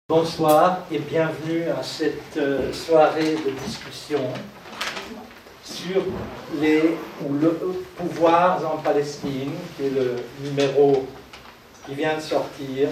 Bonsoir et bienvenue à cette soirée de discussion sur les pouvoirs en Palestine, qui est le numéro qui vient de sortir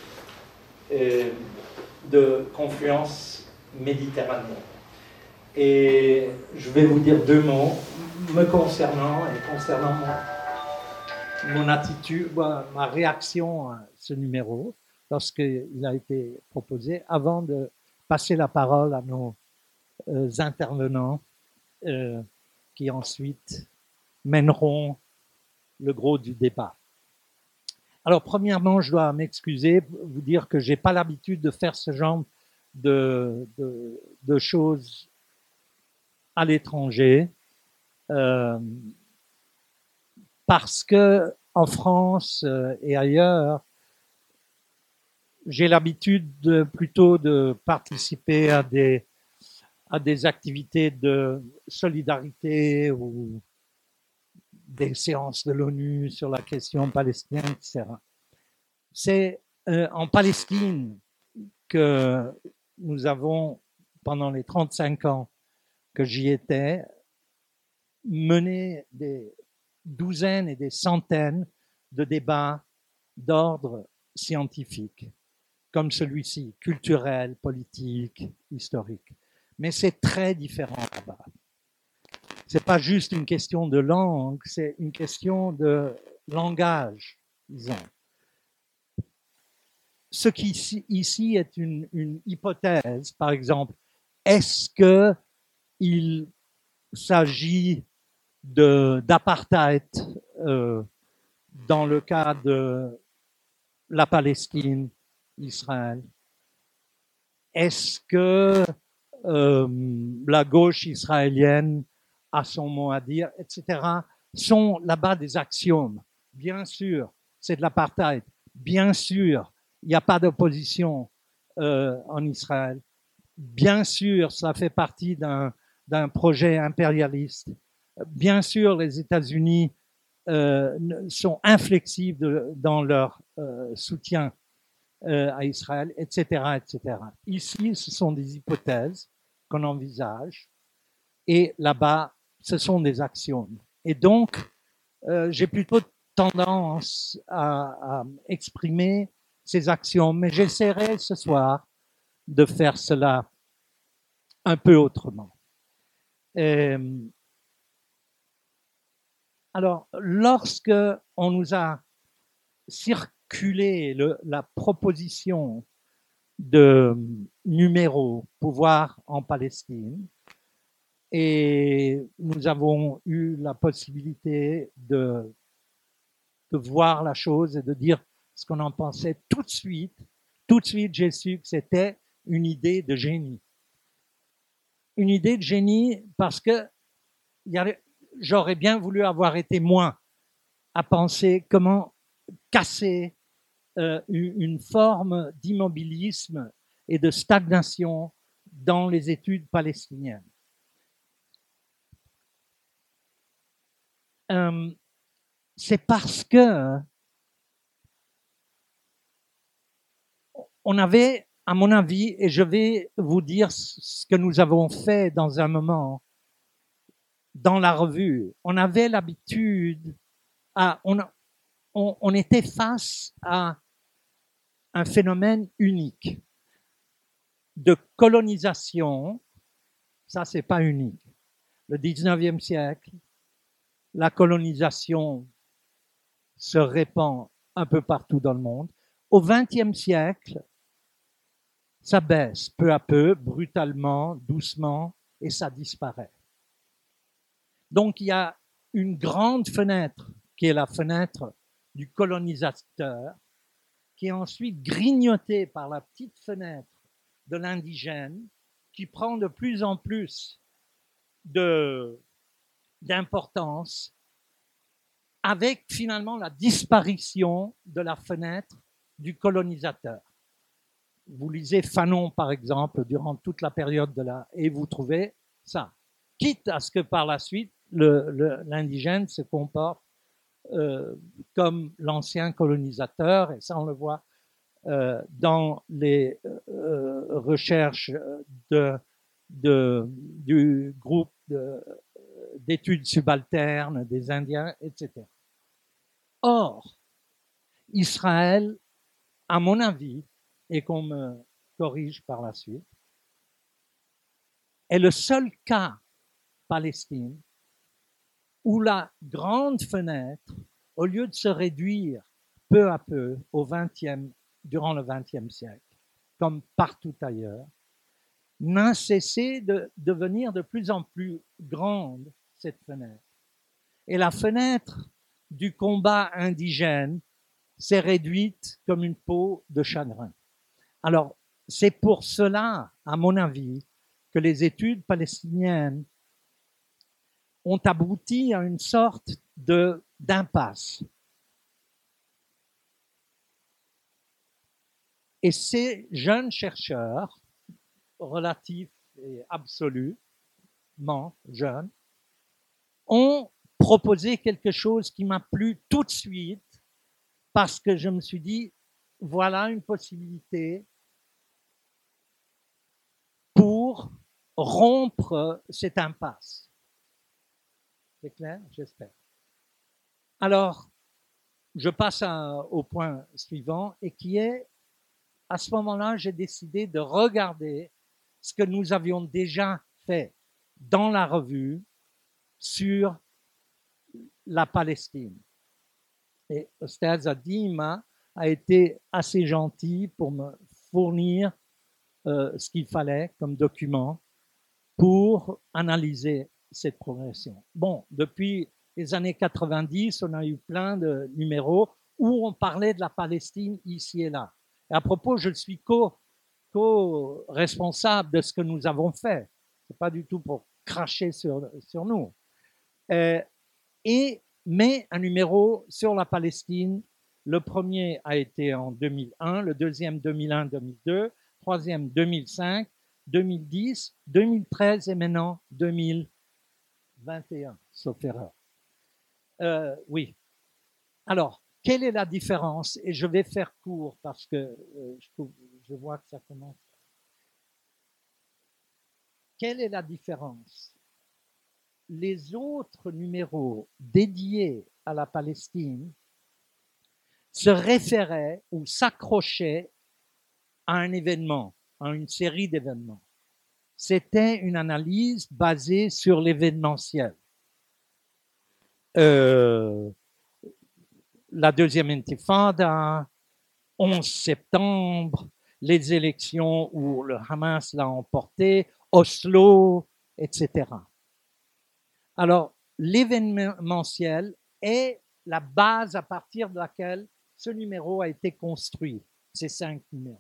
de Confluence Méditerranée. Et je vais vous dire deux mots me concernant et concernant mon attitude, ma réaction à ce numéro lorsqu'il a été proposé, avant de passer la parole à nos intervenants qui ensuite mèneront le gros du débat. Alors, premièrement, je dois m'excuser, vous dire que je n'ai pas l'habitude de faire ce genre de choses à l'étranger, parce que en France et ailleurs, j'ai l'habitude plutôt de participer à des activités de solidarité ou des séances de l'ONU sur la question palestinienne, etc. C'est en Palestine que nous avons, pendant les 35 ans que j'y étais, mené des douzaines et des centaines de débats d'ordre scientifique, comme celui-ci, culturel, politique, historique. Mais c'est très différent là-bas. Ce n'est pas juste une question de langue, c'est une question de langage, disons. Ce qui ici est une hypothèse, par exemple, est-ce qu'il s'agit d'apartheid dans le cas de la Palestine, Israël? Est-ce que la gauche israélienne a son mot à dire, etc., sont là-bas des axiomes. Bien sûr, c'est de l'apartheid. Bien sûr, il n'y a pas d'opposition en Israël. Bien sûr, ça fait partie d'un projet impérialiste. Bien sûr, les États-Unis sont inflexibles dans leur soutien à Israël, etc., etc. Ici, ce sont des hypothèses qu'on envisage, et là-bas, ce sont des axiomes. Et donc, j'ai plutôt tendance à exprimer ces axiomes, mais j'essaierai ce soir de faire cela un peu autrement. Alors, lorsque on nous a circulé la proposition de numéro pouvoir en Palestine, et nous avons eu la possibilité de voir la chose et de dire ce qu'on en pensait tout de suite. Tout de suite, j'ai su que c'était une idée de génie. Une idée de génie parce que j'aurais bien voulu avoir été moins à penser comment casser une forme d'immobilisme et de stagnation dans les études palestiniennes. C'est parce que on avait, à mon avis, et je vais vous dire ce que nous avons fait dans un moment dans la revue, on avait l'habitude, on était face à un phénomène unique de colonisation. Ça, c'est pas unique. Le 19e siècle, la colonisation se répand un peu partout dans le monde. Au 20e siècle, ça baisse peu à peu, brutalement, doucement, et ça disparaît. Donc, il y a une grande fenêtre, qui est la fenêtre du colonisateur, qui est ensuite grignotée par la petite fenêtre de l'indigène, qui prend de plus en plus d'importance, avec finalement la disparition de la fenêtre du colonisateur. Vous lisez Fanon, par exemple, durant toute la période et vous trouvez ça. Quitte à ce que par la suite, l'indigène se comporte comme l'ancien colonisateur, et ça on le voit dans les recherches du groupe d'études subalternes des Indiens, etc. Or, Israël, à mon avis, et qu'on me corrige par la suite, est le seul cas Palestine où la grande fenêtre, au lieu de se réduire peu à peu durant le XXe siècle, comme partout ailleurs, n'a cessé de devenir de plus en plus grande, cette fenêtre. Et la fenêtre du combat indigène s'est réduite comme une peau de chagrin. Alors, c'est pour cela, à mon avis, que les études palestiniennes ont abouti à une sorte d'impasse. Et ces jeunes chercheurs, relatifs et absolument jeunes, ont proposé quelque chose qui m'a plu tout de suite parce que je me suis dit, voilà une possibilité pour rompre cette impasse. C'est clair, j'espère. Alors, je passe au point suivant et qui est, à ce moment-là, j'ai décidé de regarder ce que nous avions déjà fait dans la revue sur la Palestine. Et Ostaz Adima a été assez gentil pour me fournir ce qu'il fallait comme document pour analyser cette progression. Bon, depuis les années 90, on a eu plein de numéros où on parlait de la Palestine ici et là. Et à propos, je suis co-responsable de ce que nous avons fait. Ce n'est pas du tout pour cracher sur nous. Mais un numéro sur la Palestine, le premier a été en 2001, le deuxième 2001-2002, troisième 2005, 2010, 2013 et maintenant 2021, sauf erreur. Oui. Alors, quelle est la différence? Et je vais faire court parce que je vois que ça commence. Quelle est la différence? Les autres numéros dédiés à la Palestine se référaient ou s'accrochaient à un événement, à une série d'événements. C'était une analyse basée sur l'événementiel. La deuxième intifada, 11 septembre, les élections où le Hamas l'a emporté, Oslo, etc. Alors, l'événementiel est la base à partir de laquelle ce numéro a été construit, ces 5 numéros.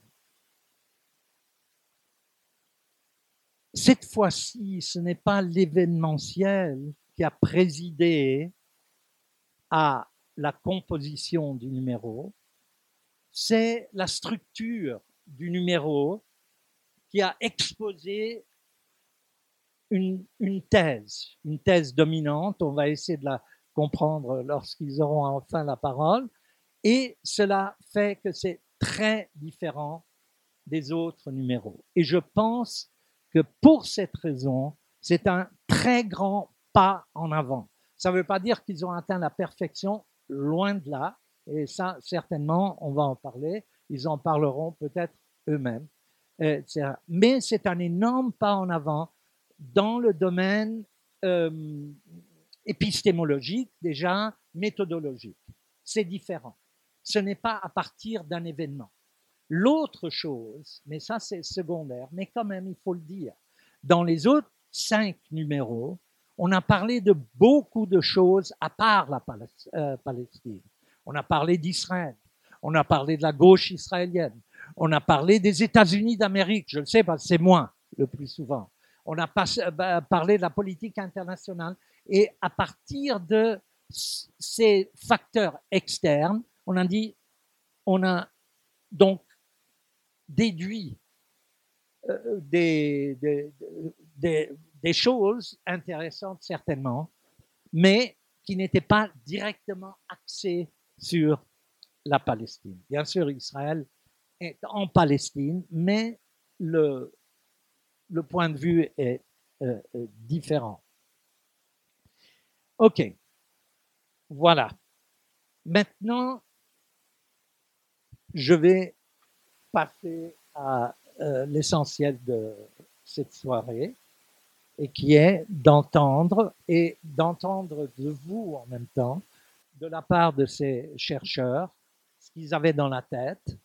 Cette fois-ci, ce n'est pas l'événementiel qui a présidé à la composition du numéro, c'est la structure du numéro qui a exposé une thèse dominante. On va essayer de la comprendre lorsqu'ils auront enfin la parole. Et cela fait que c'est très différent des autres numéros. Et je pense que pour cette raison, c'est un très grand pas en avant. Ça ne veut pas dire qu'ils ont atteint la perfection, loin de là. Et ça, certainement, on va en parler. Ils en parleront peut-être eux-mêmes. Mais c'est un énorme pas en avant dans le domaine épistémologique, déjà, méthodologique. C'est différent. Ce n'est pas à partir d'un événement. L'autre chose, mais ça c'est secondaire, mais quand même il faut le dire, dans les autres 5 numéros, on a parlé de beaucoup de choses à part la Palestine. On a parlé d'Israël, on a parlé de la gauche israélienne, on a parlé des États-Unis d'Amérique, je le sais parce que c'est moi le plus souvent. On a parlé de la politique internationale et à partir de ces facteurs externes, on a donc déduit des choses intéressantes certainement, mais qui n'étaient pas directement axées sur la Palestine. Bien sûr, Israël est en Palestine, mais le point de vue est différent. OK, voilà. Maintenant, je vais passer à l'essentiel de cette soirée, et qui est d'entendre, et d'entendre de vous en même temps, de la part de ces chercheurs, ce qu'ils avaient dans la tête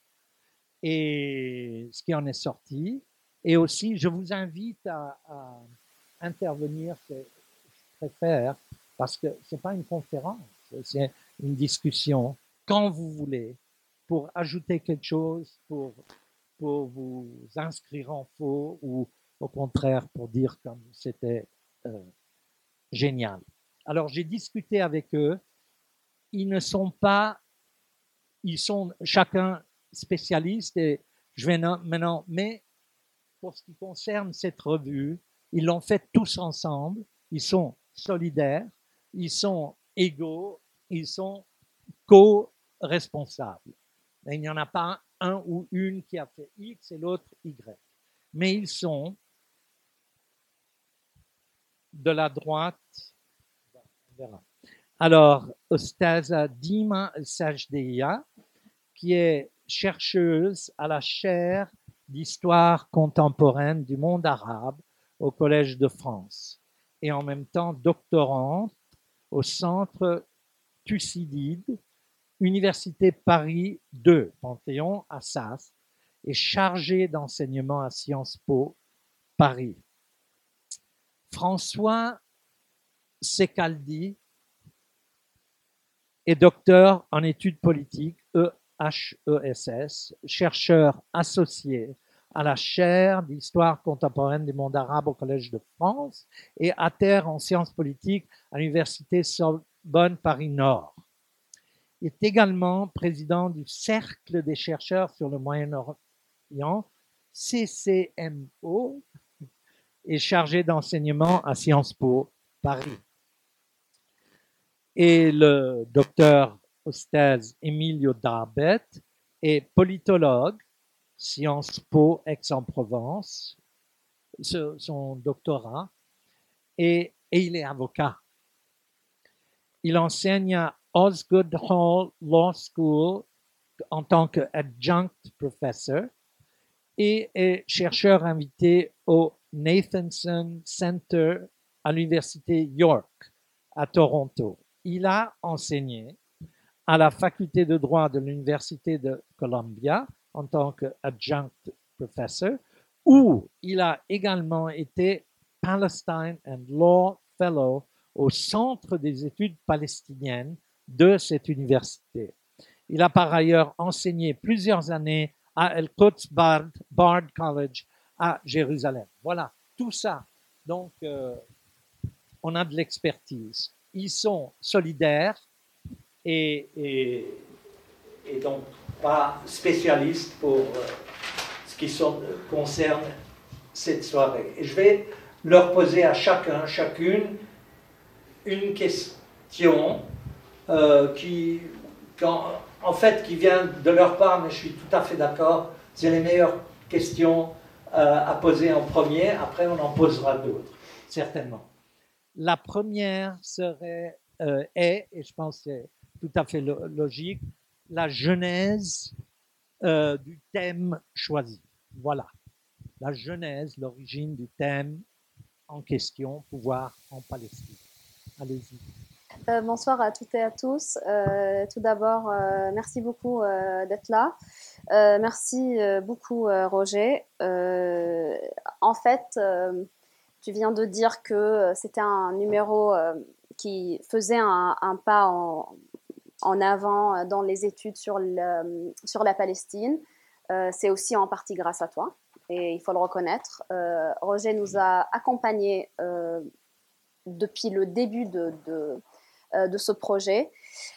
et ce qui en est sorti. Et aussi, je vous invite à intervenir, je préfère, parce que ce n'est pas une conférence, c'est une discussion, quand vous voulez, pour ajouter quelque chose, pour vous inscrire en faux, ou au contraire pour dire comme c'était génial. Alors j'ai discuté avec eux, ils ne sont pas, ils sont chacun spécialiste, et je vais maintenant, mais pour ce qui concerne cette revue, ils l'ont fait tous ensemble, ils sont solidaires, ils sont égaux, ils sont co-responsables. Il n'y en a pas un ou une qui a fait X et l'autre Y. Mais ils sont de la droite. On verra. Alors, Ostaza Dima Sajdeya, qui est chercheuse à la chaire d'histoire contemporaine du monde arabe au Collège de France, et en même temps doctorante au Centre Thucydide, Université Paris 2, Panthéon, Assas, et chargée d'enseignement à Sciences Po, Paris. François Secaldi est docteur en études politiques, HESS, chercheur associé à la chaire d'histoire contemporaine du monde arabe au Collège de France et à terre en sciences politiques à l'Université Sorbonne Paris-Nord. Il est également président du Cercle des chercheurs sur le Moyen-Orient, CCMO, et chargé d'enseignement à Sciences Po Paris. Et le docteur Ostaz Emilio Darbet est politologue, Sciences Po Aix-en-Provence, son doctorat, et il est avocat. Il enseigne à Osgood Hall Law School en tant qu'adjunct professor et est chercheur invité au Nathanson Center à l'Université York à Toronto. Il a enseigné à la faculté de droit de l'Université de Columbia en tant qu'adjunct professor, où il a également été Palestine and Law Fellow au Centre des études palestiniennes de cette université. Il a par ailleurs enseigné plusieurs années à El-Quds Bard College à Jérusalem. Voilà, tout ça. Donc, on a de l'expertise. Ils sont solidaires et donc pas spécialistes pour ce qui concerne cette soirée. Et je vais leur poser à chacun, chacune, une question qui vient de leur part, mais je suis tout à fait d'accord, c'est les meilleures questions à poser en premier, après on en posera d'autres, certainement. La première serait, et je pense que c'est tout à fait logique, la genèse du thème choisi. Voilà, la genèse, l'origine du thème en question, pouvoir en Palestine. Allez-y. Bonsoir à toutes et à tous. Tout d'abord, merci beaucoup d'être là. Merci beaucoup, Roger. En fait, tu viens de dire que c'était un numéro qui faisait un pas en avant dans les études sur la Palestine. C'est aussi en partie grâce à toi, et il faut le reconnaître. Roger nous a accompagnés depuis le début de ce projet.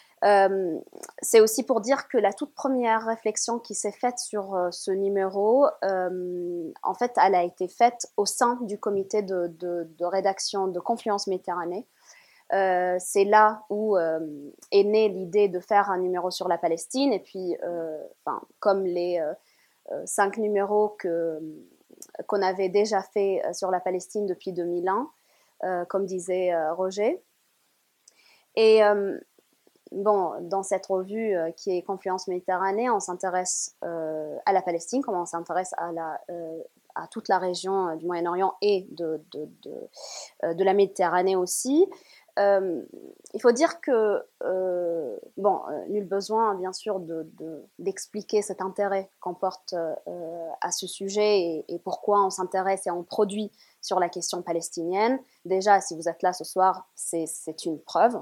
C'est aussi pour dire que la toute première réflexion qui s'est faite sur ce numéro, en fait, elle a été faite au sein du comité de rédaction de Confluence Méditerranée. C'est là où est née l'idée de faire un numéro sur la Palestine. Et puis, comme les 5 numéros qu'on avait déjà fait sur la Palestine depuis 2001, comme disait Roger. Et bon, dans cette revue qui est Confluence Méditerranée, on s'intéresse à la Palestine, comme on s'intéresse à toute la région du Moyen-Orient et de la Méditerranée aussi. Il faut dire que, nul besoin, bien sûr, d'expliquer cet intérêt qu'on porte à ce sujet et pourquoi on s'intéresse et on produit sur la question palestinienne. Déjà, si vous êtes là ce soir, c'est une preuve.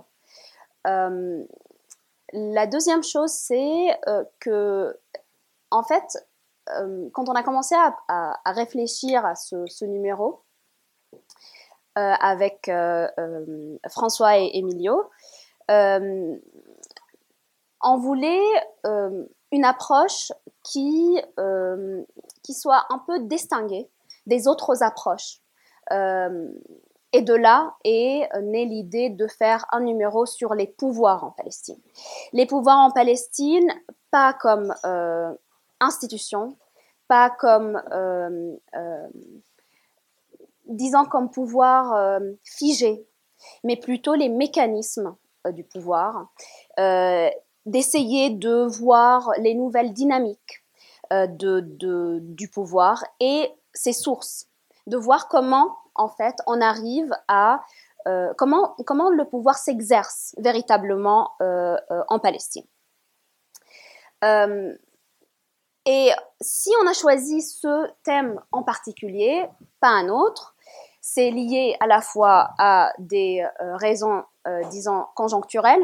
La deuxième chose, c'est que, en fait, quand on a commencé à réfléchir à ce numéro, avec François et Emilio, on voulait une approche qui soit un peu distinguée des autres approches. Et de là est née l'idée de faire un numéro sur les pouvoirs en Palestine. Les pouvoirs en Palestine, pas comme institution, pas comme disons comme pouvoir figé, mais plutôt les mécanismes du pouvoir, d'essayer de voir les nouvelles dynamiques du pouvoir et ses sources, de voir comment, en fait, on arrive à comment le pouvoir s'exerce véritablement en Palestine. Et si on a choisi ce thème en particulier, pas un autre, c'est lié à la fois à des raisons, disons, conjoncturelles,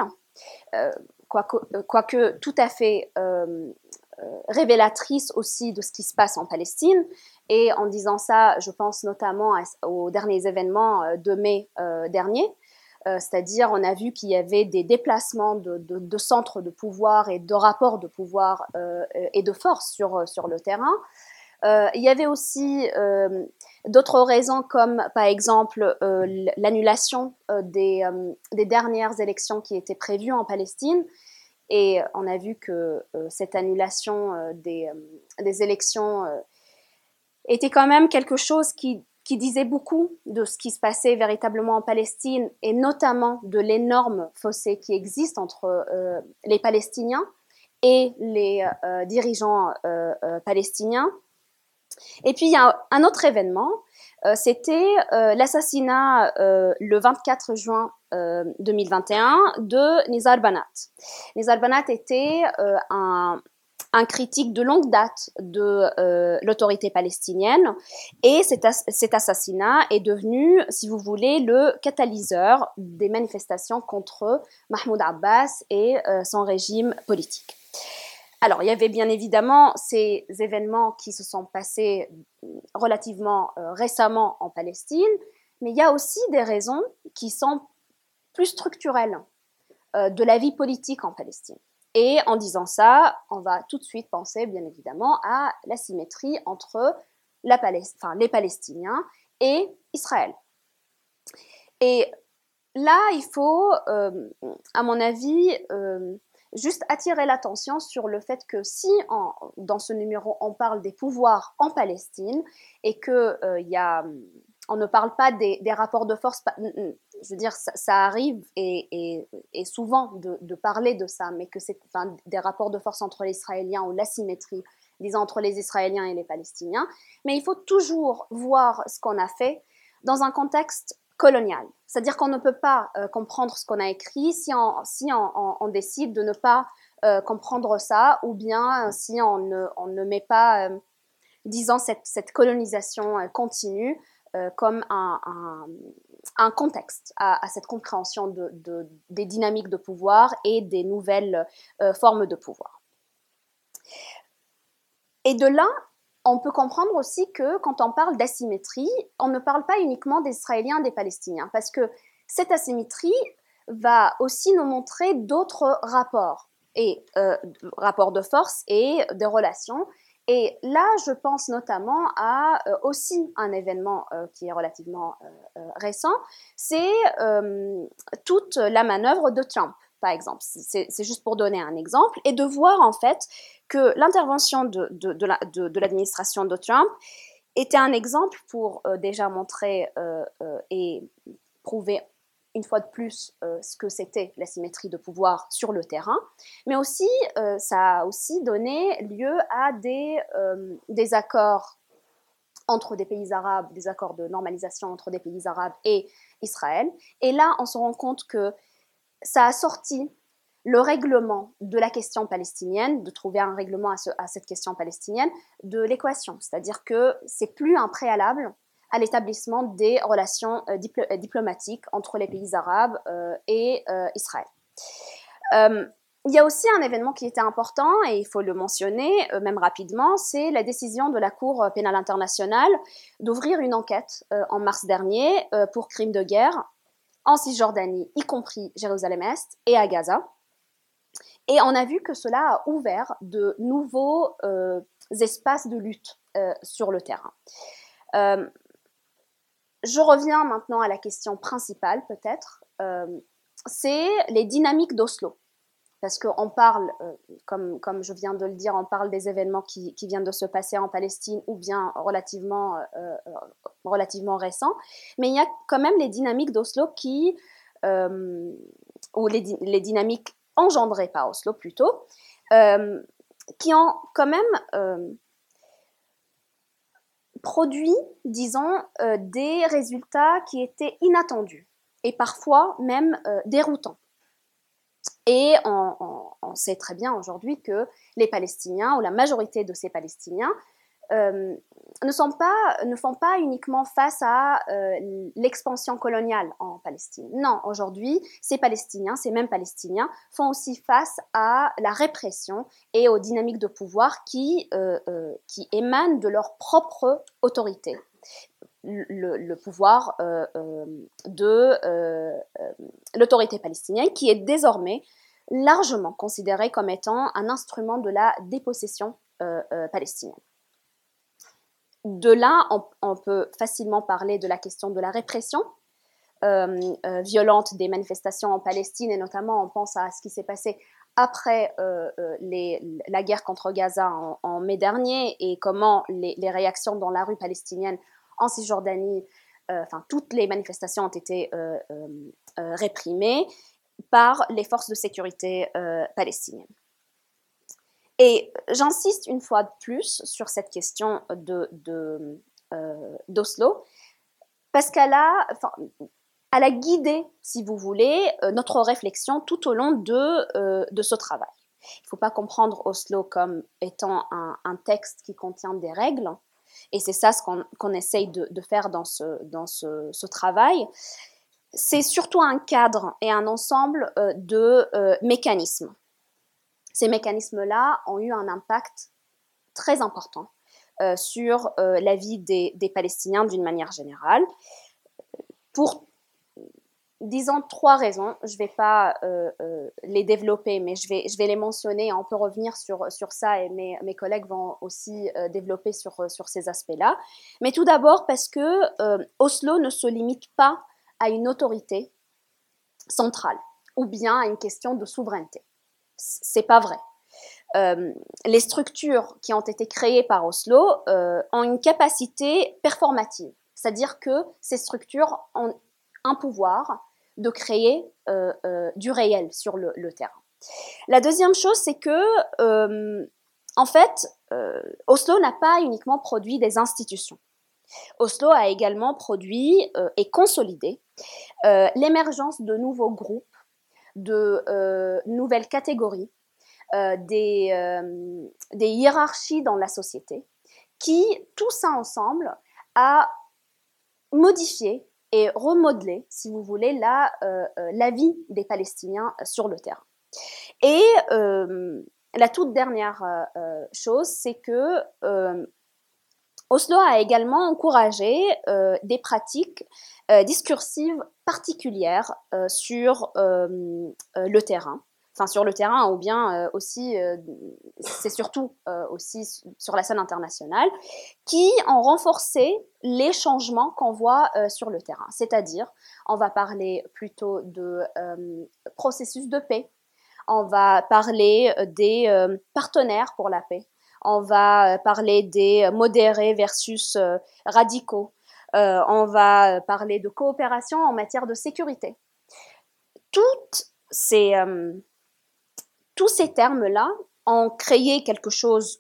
quoique tout à fait révélatrices aussi de ce qui se passe en Palestine. Et en disant ça, je pense notamment aux derniers événements de mai dernier. C'est-à-dire, on a vu qu'il y avait des déplacements de centres de pouvoir et de rapports de pouvoir et de force sur le terrain. Il y avait aussi d'autres raisons comme, par exemple, l'annulation des dernières élections qui étaient prévues en Palestine. Et on a vu que cette annulation des élections était quand même quelque chose qui disait beaucoup de ce qui se passait véritablement en Palestine et notamment de l'énorme fossé qui existe entre les Palestiniens et les dirigeants palestiniens. Et puis il y a un autre événement, c'était l'assassinat le 24 juin 2021 de Nizar Banat. Nizar Banat était un critique de longue date de l'autorité palestinienne et cet assassinat est devenu, si vous voulez, le catalyseur des manifestations contre Mahmoud Abbas et son régime politique. Alors, il y avait bien évidemment ces événements qui se sont passés relativement récemment en Palestine, mais il y a aussi des raisons qui sont plus structurelles de la vie politique en Palestine. Et en disant ça, on va tout de suite penser, bien évidemment, à la symétrie entre les Palestiniens et Israël. Et là, il faut, à mon avis, juste attirer l'attention sur le fait que si, dans ce numéro, on parle des pouvoirs en Palestine et que on ne parle pas des rapports de force, je veux dire, ça arrive et souvent de parler de ça, mais que c'est des rapports de force entre les Israéliens ou l'asymétrie, disons, entre les Israéliens et les Palestiniens. Mais il faut toujours voir ce qu'on a fait dans un contexte colonial. C'est-à-dire qu'on ne peut pas comprendre ce qu'on a écrit si on décide de ne pas comprendre ça, ou bien si on ne met pas, disons, cette colonisation continue comme un contexte à cette compréhension des dynamiques de pouvoir et des nouvelles formes de pouvoir. Et de là, on peut comprendre aussi que quand on parle d'asymétrie, on ne parle pas uniquement des Israéliens et des Palestiniens, parce que cette asymétrie va aussi nous montrer d'autres rapports, et rapports de force et de relations. Et là, je pense notamment à aussi un événement qui est relativement récent, c'est toute la manœuvre de Trump, par exemple. C'est juste pour donner un exemple, et de voir en fait que l'intervention de l'administration de Trump était un exemple pour déjà montrer et prouver une fois de plus ce que c'était la symétrie de pouvoir sur le terrain, mais aussi ça a aussi donné lieu à des accords entre des pays arabes, des accords de normalisation entre des pays arabes et Israël. Et là, on se rend compte que ça a sorti le règlement de la question palestinienne, de trouver un règlement à cette question palestinienne, de l'équation. C'est-à-dire que c'est plus un préalable à l'établissement des relations diplomatiques entre les pays arabes et Israël. Il y a aussi un événement qui était important, et il faut le mentionner même rapidement, c'est la décision de la Cour pénale internationale d'ouvrir une enquête en mars dernier pour crimes de guerre en Cisjordanie, y compris Jérusalem-Est et à Gaza. Et on a vu que cela a ouvert de nouveaux espaces de lutte sur le terrain. Je reviens maintenant à la question principale, peut-être, c'est les dynamiques d'Oslo. Parce qu'on parle, comme je viens de le dire, on parle des événements qui viennent de se passer en Palestine ou bien relativement récents, mais il y a quand même les dynamiques d'Oslo ou les dynamiques engendrées par Oslo plutôt, qui ont quand même produit, disons, des résultats qui étaient inattendus et parfois même déroutants. Et on sait très bien aujourd'hui que les Palestiniens, ou la majorité de ces Palestiniens, ne font pas uniquement face à l'expansion coloniale en Palestine. Non, aujourd'hui, ces mêmes Palestiniens, font aussi face à la répression et aux dynamiques de pouvoir qui émanent de leur propre autorité. Le pouvoir de l'autorité palestinienne, qui est désormais largement considérée comme étant un instrument de la dépossession palestinienne. De là, on peut facilement parler de la question de la répression violente des manifestations en Palestine, et notamment on pense à ce qui s'est passé après la guerre contre Gaza en mai dernier, et comment les réactions dans la rue palestinienne en Cisjordanie, toutes les manifestations ont été réprimées par les forces de sécurité palestiniennes. Et j'insiste une fois de plus sur cette question d'Oslo, parce qu'elle a guidé, si vous voulez, notre réflexion tout au long de ce travail. Il ne faut pas comprendre Oslo comme étant un texte qui contient des règles, et c'est ça ce qu'on essaye de faire dans ce travail. C'est surtout un cadre et un ensemble de mécanismes. Ces mécanismes-là ont eu un impact très important sur la vie des Palestiniens d'une manière générale, pour, disons, 3 raisons. Je ne vais pas les développer, mais je vais les mentionner. On peut revenir sur ça, et mes collègues vont aussi développer sur ces aspects-là. Mais tout d'abord parce que Oslo ne se limite pas à une autorité centrale ou bien à une question de souveraineté. C'est pas vrai. Les structures qui ont été créées par Oslo ont une capacité performative, c'est-à-dire que ces structures ont un pouvoir de créer du réel sur le terrain. La deuxième chose, c'est que, en fait, Oslo n'a pas uniquement produit des institutions. Oslo a également produit et consolidé l'émergence de nouveaux groupes, de nouvelles catégories, des hiérarchies dans la société, qui, tout ça ensemble, a modifié et remodelé, si vous voulez, la vie des Palestiniens sur le terrain. Et la toute dernière chose, c'est que Oslo a également encouragé des pratiques discursives particulières sur le terrain, enfin sur le terrain, ou bien aussi, c'est surtout aussi sur la scène internationale, qui ont renforcé les changements qu'on voit sur le terrain. C'est-à-dire, on va parler plutôt de processus de paix, on va parler des partenaires pour la paix, on va parler des modérés versus radicaux, on va parler de coopération en matière de sécurité. Toutes ces, tous ces termes-là ont créé quelque chose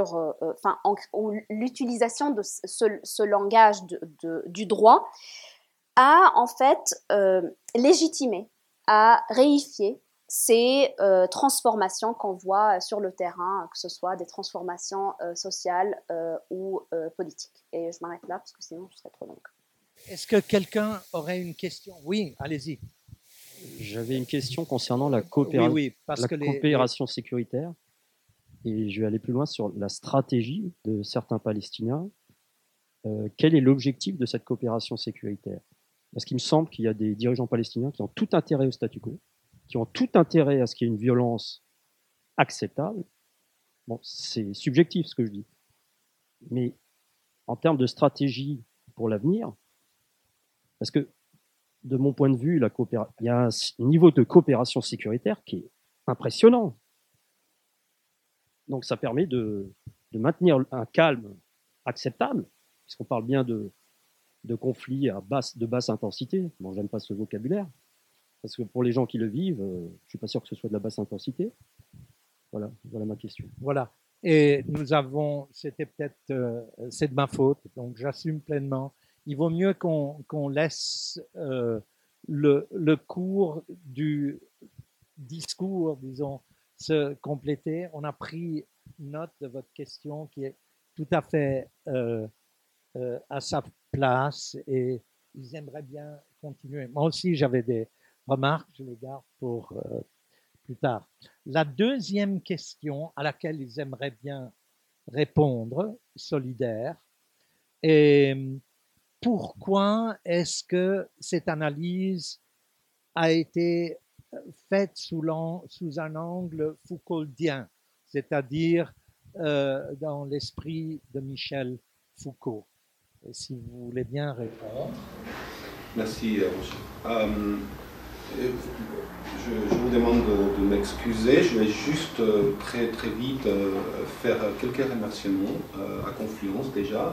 l'utilisation de ce langage du droit a en fait légitimé, a réifié ces transformations qu'on voit sur le terrain, que ce soit des transformations sociales ou politiques. Et je m'arrête là parce que sinon je serais trop longue. Est-ce que quelqu'un aurait une question? Oui, allez-y. J'avais une question concernant la coopération sécuritaire, et je vais aller plus loin sur la stratégie de certains Palestiniens. Quel est l'objectif de cette coopération sécuritaire? Parce qu'il me semble qu'il y a des dirigeants palestiniens qui ont tout intérêt au statu quo, qui ont tout intérêt à ce qu'il y ait une violence acceptable. Bon, c'est subjectif ce que je dis, mais en termes de stratégie pour l'avenir, parce que de mon point de vue, il y a un niveau de coopération sécuritaire qui est impressionnant. Donc ça permet de maintenir un calme acceptable, puisqu'on parle bien de conflits de basse intensité. Bon, j'aime pas ce vocabulaire, parce que pour les gens qui le vivent, je ne suis pas sûr que ce soit de la basse intensité. Voilà ma question. Voilà. Et c'était peut-être, c'est de ma faute, donc j'assume pleinement. Il vaut mieux qu'on laisse le cours du discours, disons, se compléter. On a pris note de votre question qui est tout à fait à sa place et ils aimeraient bien continuer. Moi aussi, j'avais des remarques, je les garde pour plus tard. La deuxième question à laquelle ils aimeraient bien répondre, solidaire, est pourquoi est-ce que cette analyse a été faite sous un angle Foucaultien, c'est-à-dire dans l'esprit de Michel Foucault. Et si vous voulez bien répondre. Merci, Roger. Je vous demande de m'excuser. Je vais juste très, très vite faire quelques remerciements à Confluence déjà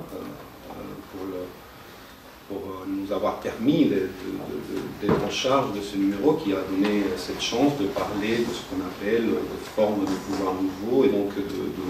pour nous avoir permis d'être en charge de ce numéro qui a donné cette chance de parler de ce qu'on appelle des formes de pouvoir nouveau et donc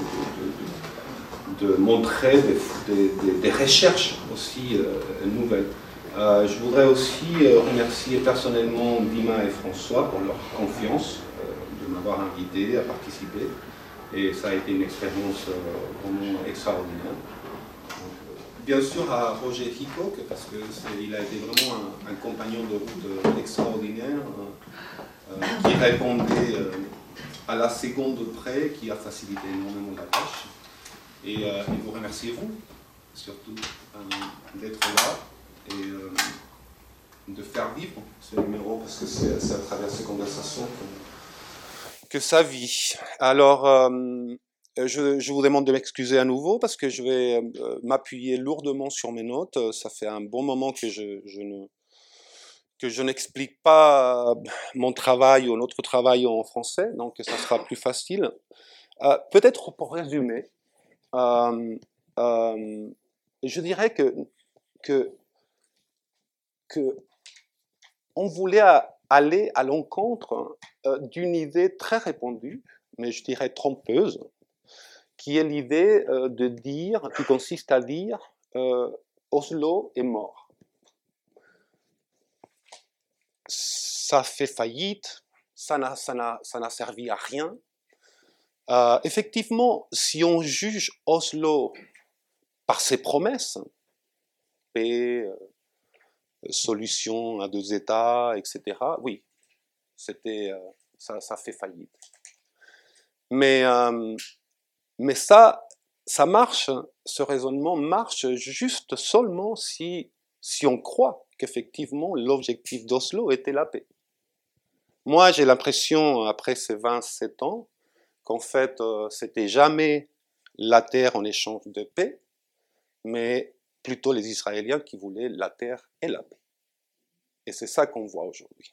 de montrer des recherches aussi nouvelles. Je voudrais aussi remercier personnellement Dima et François pour leur confiance de m'avoir invité à participer. Et ça a été une expérience vraiment extraordinaire. Bien sûr à Roger Hickok, parce qu'il a été vraiment un compagnon de route extraordinaire qui répondait à la seconde près, qui a facilité énormément la tâche. Et vous remerciez vous, surtout, d'être là et de faire vivre ce numéro, parce que c'est à travers ces conversations que ça vit. Alors, je vous demande de m'excuser à nouveau, parce que je vais m'appuyer lourdement sur mes notes. Ça fait un bon moment que je n'explique pas mon travail ou notre travail en français, donc ça sera plus facile. Peut-être pour résumer, je dirais que on voulait aller à l'encontre d'une idée très répandue, mais je dirais trompeuse, qui est l'idée qui consiste à dire Oslo est mort. Ça fait faillite, ça n'a servi à rien. Effectivement, si on juge Oslo par ses promesses, paix, solution à 2 États, etc., oui, ça fait faillite. Mais ça marche, ce raisonnement marche juste seulement si on croit qu'effectivement l'objectif d'Oslo était la paix. moi, j'ai l'impression, après ces 27 ans, qu'en fait, c'était jamais la terre en échange de paix, mais plutôt les Israéliens qui voulaient la terre et la paix. Et c'est ça qu'on voit aujourd'hui.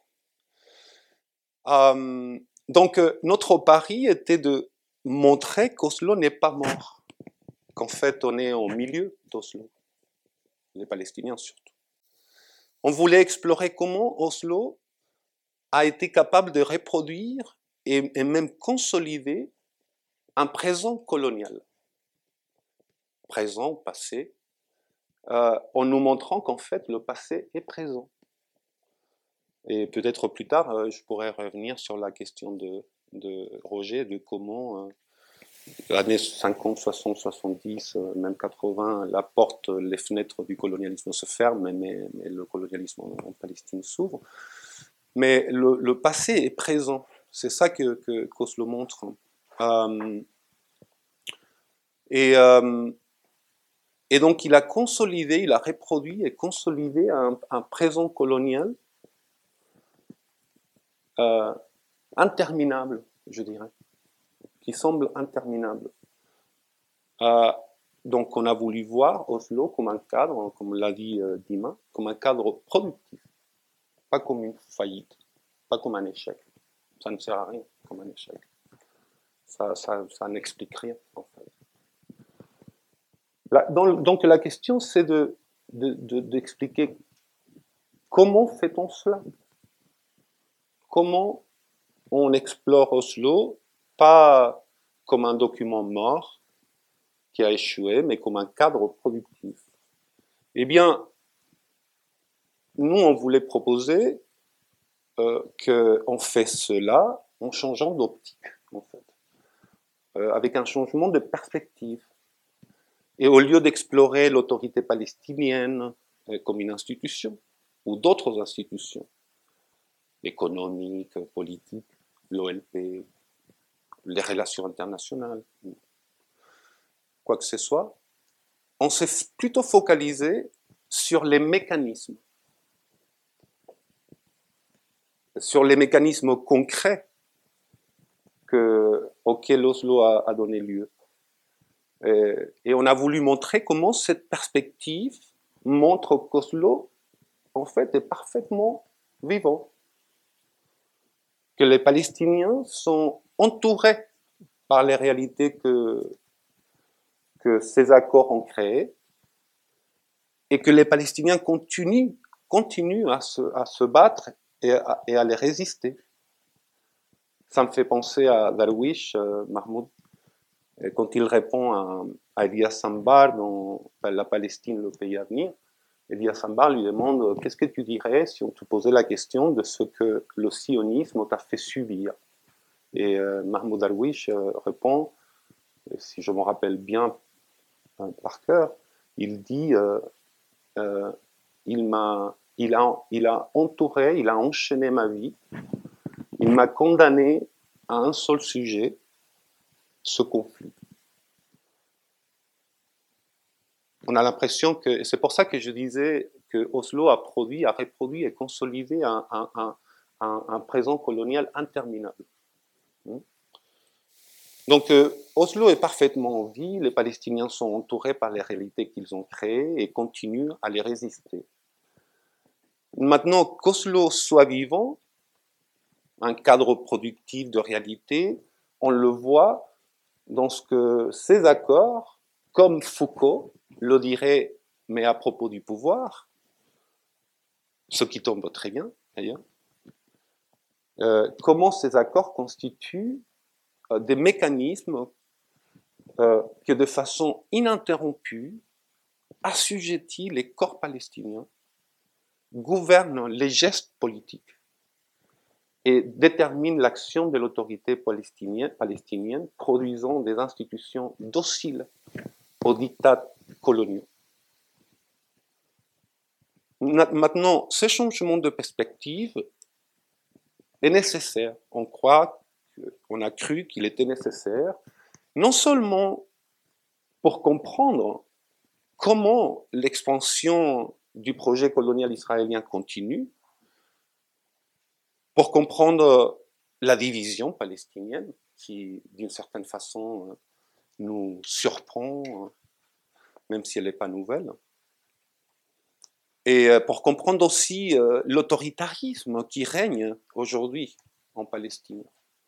Donc, notre pari était de montrer qu'Oslo n'est pas mort, qu'en fait, on est au milieu d'Oslo, les Palestiniens surtout. On voulait explorer comment Oslo a été capable de reproduire et même consolider un présent colonial, présent, passé, en nous montrant qu'en fait le passé est présent. Et peut-être plus tard, je pourrais revenir sur la question de Roger, de comment années 50, 60, 70, même 80, la porte, les fenêtres du colonialisme se ferment, mais le colonialisme en Palestine s'ouvre. Mais le passé est présent. C'est ça qu'Oslo montre. Et donc il a consolidé, il a reproduit et consolidé un présent colonial interminable, je dirais, qui semble interminable. Donc on a voulu voir Oslo comme un cadre, comme l'a dit Dima, comme un cadre productif, pas comme une faillite, pas comme un échec. Ça ne sert à rien comme un échec. Ça n'explique rien, en fait. Donc la question, c'est d'expliquer comment fait-on cela? Comment on explore Oslo, pas comme un document mort qui a échoué, mais comme un cadre productif. Eh bien, nous, on voulait proposer qu'on fait cela en changeant d'optique, en fait, avec un changement de perspective. Et au lieu d'explorer l'autorité palestinienne comme une institution, ou d'autres institutions, économiques, politiques, l'OLP, les relations internationales, quoi que ce soit, on s'est plutôt focalisé sur les mécanismes concrets auxquels Oslo a donné lieu. Et on a voulu montrer comment cette perspective montre qu'Oslo, en fait, est parfaitement vivant. Que les Palestiniens sont entourés par les réalités que ces accords ont créées, et que les Palestiniens continuent à se battre et à les résister. Ça me fait penser à Darwish, Mahmoud, quand il répond à Elias Sambar dans La Palestine, le pays à venir. Elias Sambar lui demande « Qu'est-ce que tu dirais si on te posait la question de ce que le sionisme t'a fait subir ?» Et Mahmoud Darwish répond, si je me rappelle bien par cœur, il dit il a entouré, il a enchaîné ma vie, il m'a condamné à un seul sujet, ce conflit. On a l'impression que, et c'est pour ça que je disais que Oslo a reproduit et consolidé un présent colonial interminable. Donc Oslo est parfaitement en vie, les Palestiniens sont entourés par les réalités qu'ils ont créées et continuent à les résister. Maintenant qu'Oslo soit vivant, un cadre productif de réalité, on le voit dans ce que ces accords, comme Foucault le dirait, mais à propos du pouvoir, ce qui tombe très bien d'ailleurs, comment ces accords constituent des mécanismes que de façon ininterrompue assujettis les corps palestiniens, gouvernent les gestes politiques et déterminent l'action de l'autorité palestinienne, produisant des institutions dociles aux diktats coloniaux. Maintenant, ce changement de perspective est nécessaire. On a cru qu'il était nécessaire, non seulement pour comprendre comment l'expansion du projet colonial israélien continue, pour comprendre la division palestinienne, qui, d'une certaine façon, nous surprend, même si elle n'est pas nouvelle. Et pour comprendre aussi l'autoritarisme qui règne aujourd'hui en Palestine.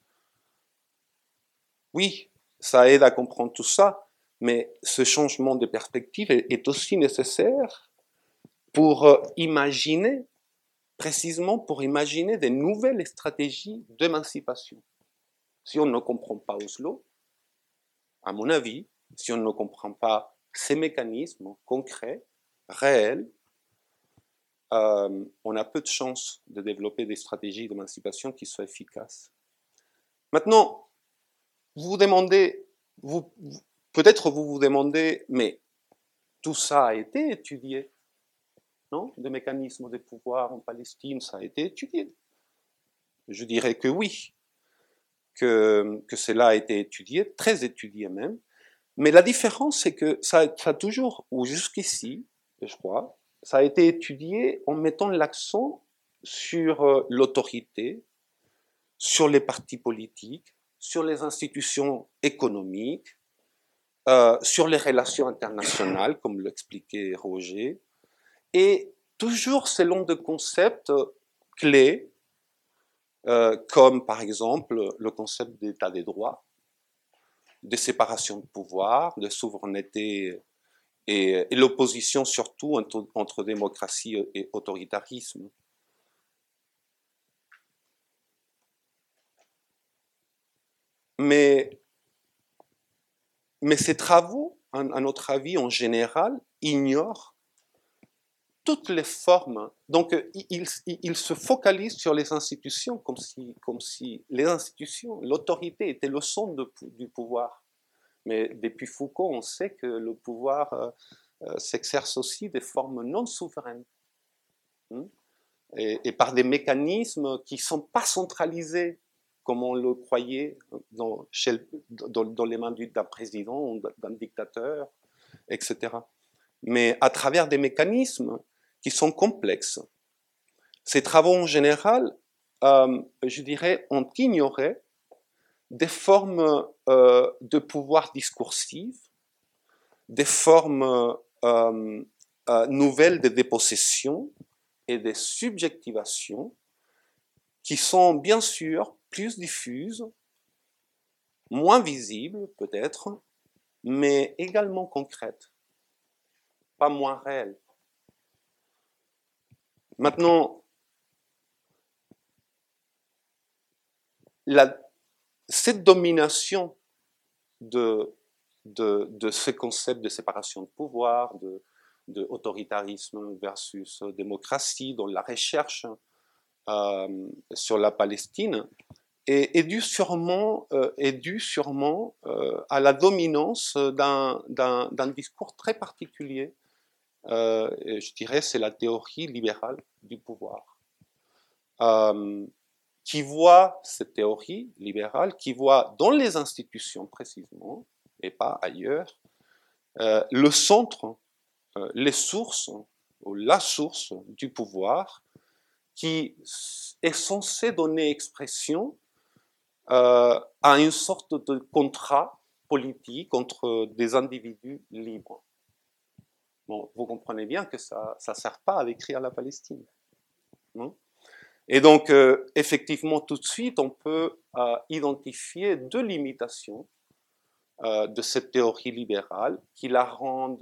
Oui, ça aide à comprendre tout ça, mais ce changement de perspective est aussi nécessaire pour imaginer, précisément pour imaginer des nouvelles stratégies d'émancipation. Si on ne comprend pas Oslo, à mon avis, si on ne comprend pas ces mécanismes concrets, réels, on a peu de chances de développer des stratégies d'émancipation qui soient efficaces. Maintenant, vous vous demandez, peut-être vous vous demandez, mais tout ça a été étudié, non? Des mécanismes de pouvoir en Palestine, ça a été étudié. Je dirais que oui, que cela a été étudié, très étudié même, mais la différence, c'est que ça a toujours, ou jusqu'ici, je crois, ça a été étudié en mettant l'accent sur l'autorité, sur les partis politiques, sur les institutions économiques, sur les relations internationales, comme l'expliquait Roger, et toujours selon des concepts clés, comme par exemple le concept d'état des droits, de séparation de pouvoir, de souveraineté et l'opposition surtout entre démocratie et autoritarisme. Mais ces travaux, à notre avis en général, ignorent toutes les formes. Donc, ils se focalisent sur les institutions comme si les institutions, l'autorité était le centre du pouvoir. Mais depuis Foucault, on sait que le pouvoir s'exerce aussi des formes non souveraines. Et par des mécanismes qui ne sont pas centralisés, comme on le croyait dans les mains d'un président, d'un dictateur, etc. Mais à travers des mécanismes qui sont complexes. Ces travaux en général, je dirais, ont ignoré des formes de pouvoir discursif, des formes nouvelles de dépossession et de subjectivation qui sont bien sûr plus diffuses, moins visibles peut-être, mais également concrètes, pas moins réelles. Maintenant, cette domination de ce concept de séparation de pouvoir, de autoritarisme versus démocratie, dans la recherche sur la Palestine, est dû sûrement à la dominance d'un discours très particulier. Je dirais c'est la théorie libérale du pouvoir. Qui voit cette théorie libérale, qui voit dans les institutions précisément, et pas ailleurs, le centre, les sources, ou la source du pouvoir, qui est censé donner expression à une sorte de contrat politique entre des individus libres. Bon, vous comprenez bien que ça ne sert pas à décrire la Palestine. Non ? Et donc, effectivement, tout de suite, on peut identifier deux limitations de cette théorie libérale qui la rendent,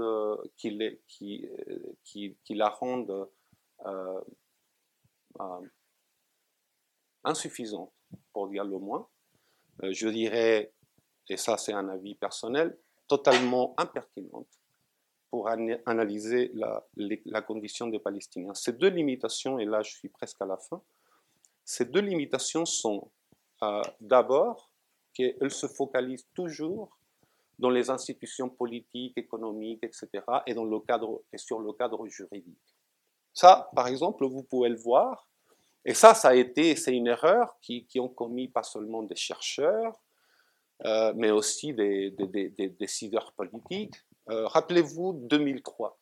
insuffisante, pour dire le moins. Je dirais, et ça c'est un avis personnel, totalement impertinente pour analyser la condition des Palestiniens. Ces deux limitations, et là je suis presque à la fin, ces deux limitations sont d'abord qu'elles se focalisent toujours dans les institutions politiques, économiques, etc., et sur le cadre juridique. Ça, par exemple, vous pouvez le voir, et c'est une erreur qui ont commis pas seulement des chercheurs, mais aussi des décideurs politiques. Rappelez-vous 2003.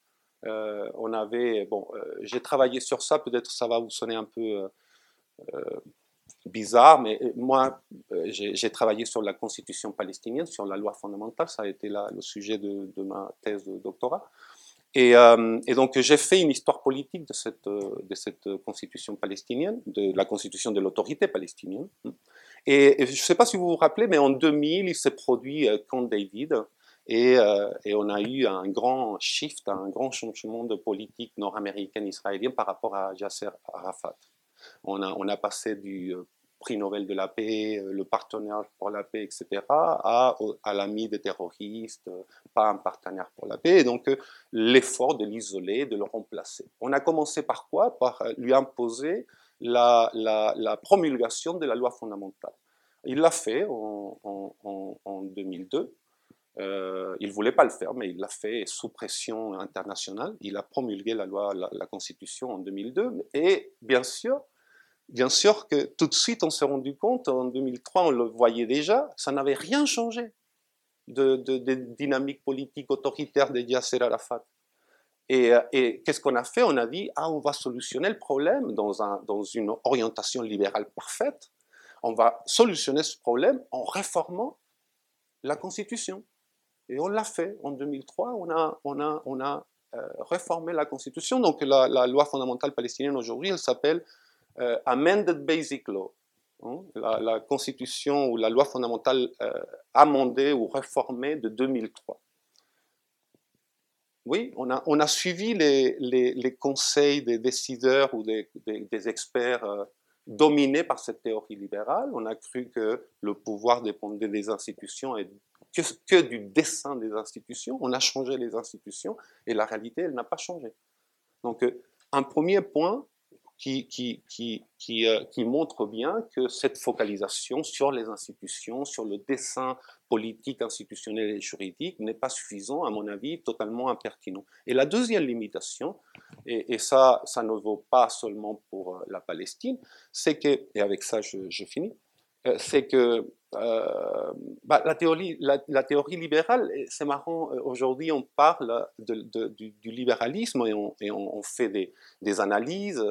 J'ai travaillé sur ça, peut-être ça va vous sonner un peu bizarre, mais moi, j'ai travaillé sur la constitution palestinienne, sur la loi fondamentale, ça a été le sujet de ma thèse de doctorat. Et donc j'ai fait une histoire politique de cette constitution palestinienne, de la constitution de l'autorité palestinienne. Et je ne sais pas si vous vous rappelez, mais en 2000, il s'est produit Camp David, et on a eu un grand shift, un grand changement de politique nord-américaine israélienne par rapport à Yasser Arafat. On a passé du prix Nobel de la paix, le partenaire pour la paix, etc., à l'ami des terroristes, pas un partenaire pour la paix, et donc l'effort de l'isoler, de le remplacer. On a commencé par quoi? Par lui imposer la promulgation de la loi fondamentale. Il l'a fait en 2002. Il ne voulait pas le faire, mais il l'a fait sous pression internationale. Il a promulgué la Constitution en 2002, et bien sûr que tout de suite on s'est rendu compte, en 2003 on le voyait déjà, ça n'avait rien changé de dynamique politique autoritaire de Yasser Arafat. Et qu'est-ce qu'on a fait? On a dit, on va solutionner le problème dans une orientation libérale parfaite. On va solutionner ce problème en réformant la Constitution. Et on l'a fait. En 2003, on a réformé la Constitution. Donc la loi fondamentale palestinienne aujourd'hui, elle s'appelle Amended Basic Law. La Constitution ou la loi fondamentale amendée ou réformée de 2003. Oui, on a suivi les conseils des décideurs ou des experts dominés par cette théorie libérale. On a cru que le pouvoir dépendait des institutions et que du dessein des institutions. On a changé les institutions et la réalité, elle n'a pas changé. Donc, un premier point qui montre bien que cette focalisation sur les institutions, sur le dessein politique, institutionnel et juridique n'est pas suffisant, à mon avis, totalement impertinent. Et la deuxième limitation, et ça ne vaut pas seulement pour la Palestine, c'est que, et avec ça je finis, c'est que la théorie libérale, c'est marrant, aujourd'hui on parle du libéralisme et on fait des analyses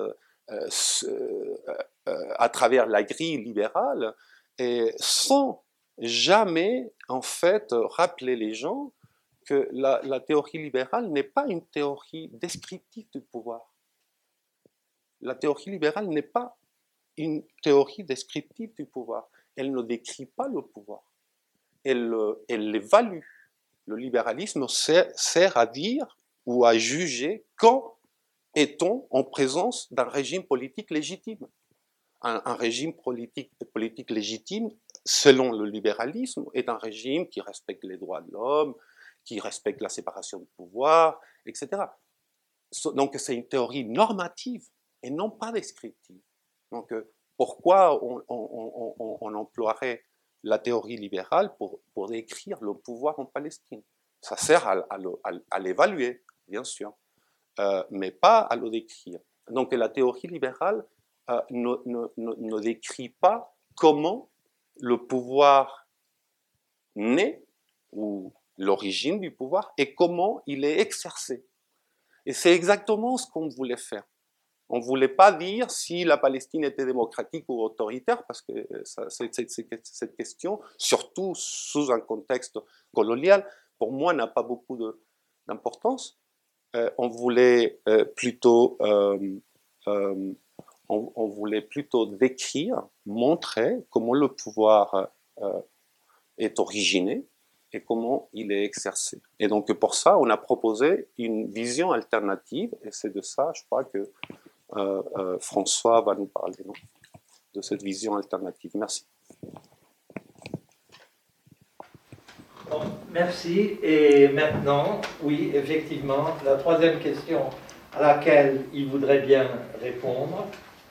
à travers la grille libérale, et sans jamais en fait rappeler les gens que la théorie libérale n'est pas une théorie descriptive du pouvoir. La théorie libérale n'est pas une théorie descriptive du pouvoir. Elle ne décrit pas le pouvoir. Elle l'évalue. Le libéralisme sert à dire ou à juger quand est-on en présence d'un régime politique légitime. Un régime politique légitime, selon le libéralisme, est un régime qui respecte les droits de l'homme, qui respecte la séparation de pouvoir, etc. Donc c'est une théorie normative et non pas descriptive. Donc pourquoi on emploierait la théorie libérale pour décrire le pouvoir en Palestine? Ça sert à l'évaluer, bien sûr, mais pas à le décrire. Donc la théorie libérale ne décrit pas comment le pouvoir naît, ou l'origine du pouvoir, et comment il est exercé. Et c'est exactement ce qu'on voulait faire. On ne voulait pas dire si la Palestine était démocratique ou autoritaire, parce que cette question, surtout sous un contexte colonial, pour moi n'a pas beaucoup d'importance. On voulait plutôt décrire, montrer comment le pouvoir est originé et comment il est exercé. Et donc pour ça, on a proposé une vision alternative, et c'est de ça, je crois, que François va nous parler, non, de cette vision alternative. Merci. Bon, merci. Et maintenant, oui, effectivement, la troisième question à laquelle il voudrait bien répondre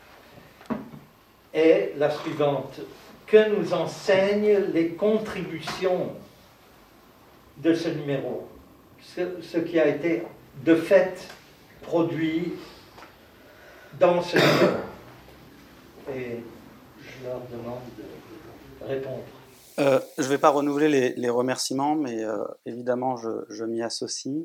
est la suivante. Que nous enseignent les contributions de ce numéro, ce qui a été de fait produit dans ce numéro? Et je leur demande de répondre. Je ne vais pas renouveler les remerciements, mais évidemment, je m'y associe.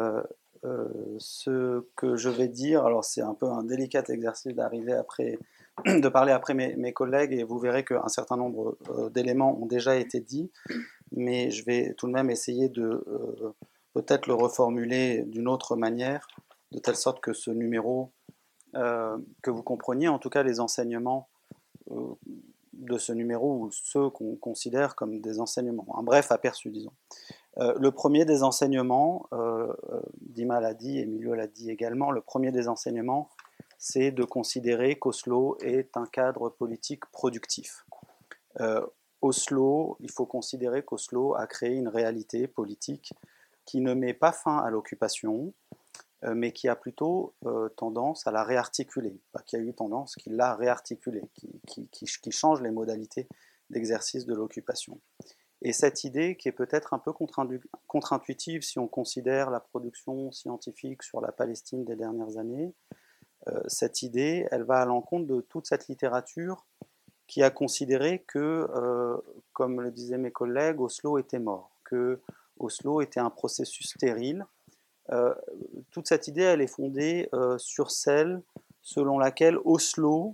Ce que je vais dire, alors c'est un peu un délicat exercice d'arriver après de parler après mes collègues et vous verrez qu'un certain nombre d'éléments ont déjà été dits, mais je vais tout de même essayer de peut-être le reformuler d'une autre manière, de telle sorte que ce numéro, que vous compreniez en tout cas les enseignements de ce numéro ou ceux qu'on considère comme des enseignements. Un bref aperçu, disons. Le premier des enseignements, Dima l'a dit, Emilio l'a dit également, le premier des enseignements, c'est de considérer qu'Oslo est un cadre politique productif. Oslo, il faut considérer qu'Oslo a créé une réalité politique qui ne met pas fin à l'occupation, mais qui a plutôt tendance à la réarticuler, pas qui a eu tendance, qui l'a réarticulée, qui change les modalités d'exercice de l'occupation. Et cette idée, qui est peut-être un peu contre-intuitive si on considère la production scientifique sur la Palestine des dernières années, cette idée, elle va à l'encontre de toute cette littérature qui a considéré que, comme le disaient mes collègues, Oslo était mort, que Oslo était un processus stérile. Toute cette idée, elle est fondée sur celle selon laquelle Oslo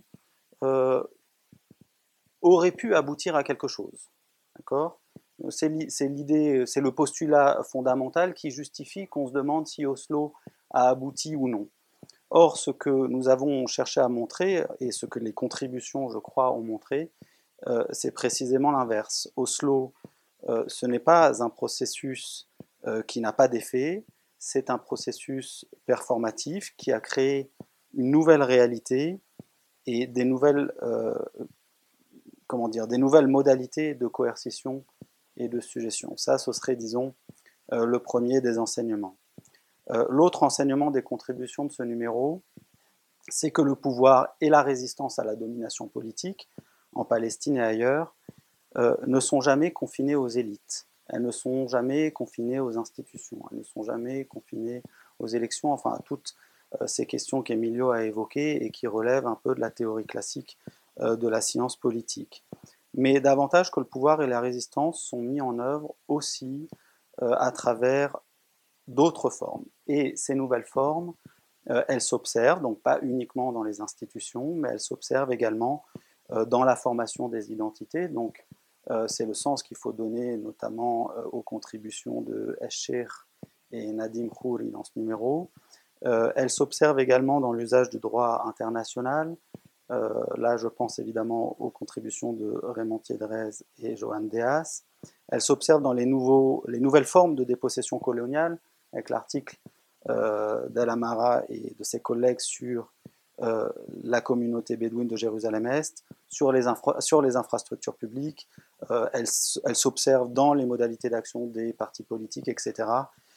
aurait pu aboutir à quelque chose. D'accord ? C'est l'idée, c'est le postulat fondamental qui justifie qu'on se demande si Oslo a abouti ou non. Or, ce que nous avons cherché à montrer, et ce que les contributions, je crois, ont montré, c'est précisément l'inverse. Oslo, ce n'est pas un processus qui n'a pas d'effet, c'est un processus performatif qui a créé une nouvelle réalité et des nouvelles, des nouvelles modalités de coercition et de suggestion. Ça, ce serait, disons, le premier des enseignements. L'autre enseignement des contributions de ce numéro, c'est que le pouvoir et la résistance à la domination politique, en Palestine et ailleurs, ne sont jamais confinées aux élites. Elles ne sont jamais confinées aux institutions. Elles ne sont jamais confinées aux élections, enfin à toutes ces questions qu'Emilio a évoquées et qui relèvent un peu de la théorie classique de la science politique. Mais davantage que le pouvoir et la résistance sont mis en œuvre aussi à travers d'autres formes. Et ces nouvelles formes, elles s'observent, donc pas uniquement dans les institutions, mais elles s'observent également dans la formation des identités. Donc c'est le sens qu'il faut donner notamment aux contributions de Escher et Nadim Khouri dans ce numéro. Elles s'observent également dans l'usage du droit international. Là, je pense évidemment aux contributions de Raymond Thiedrez et Johan Deas. Elles s'observent dans les nouvelles formes de dépossession coloniale, avec l'article d'El Amara et de ses collègues sur la communauté bédouine de Jérusalem-Est, sur les infrastructures publiques. Elles s'observent dans les modalités d'action des partis politiques, etc.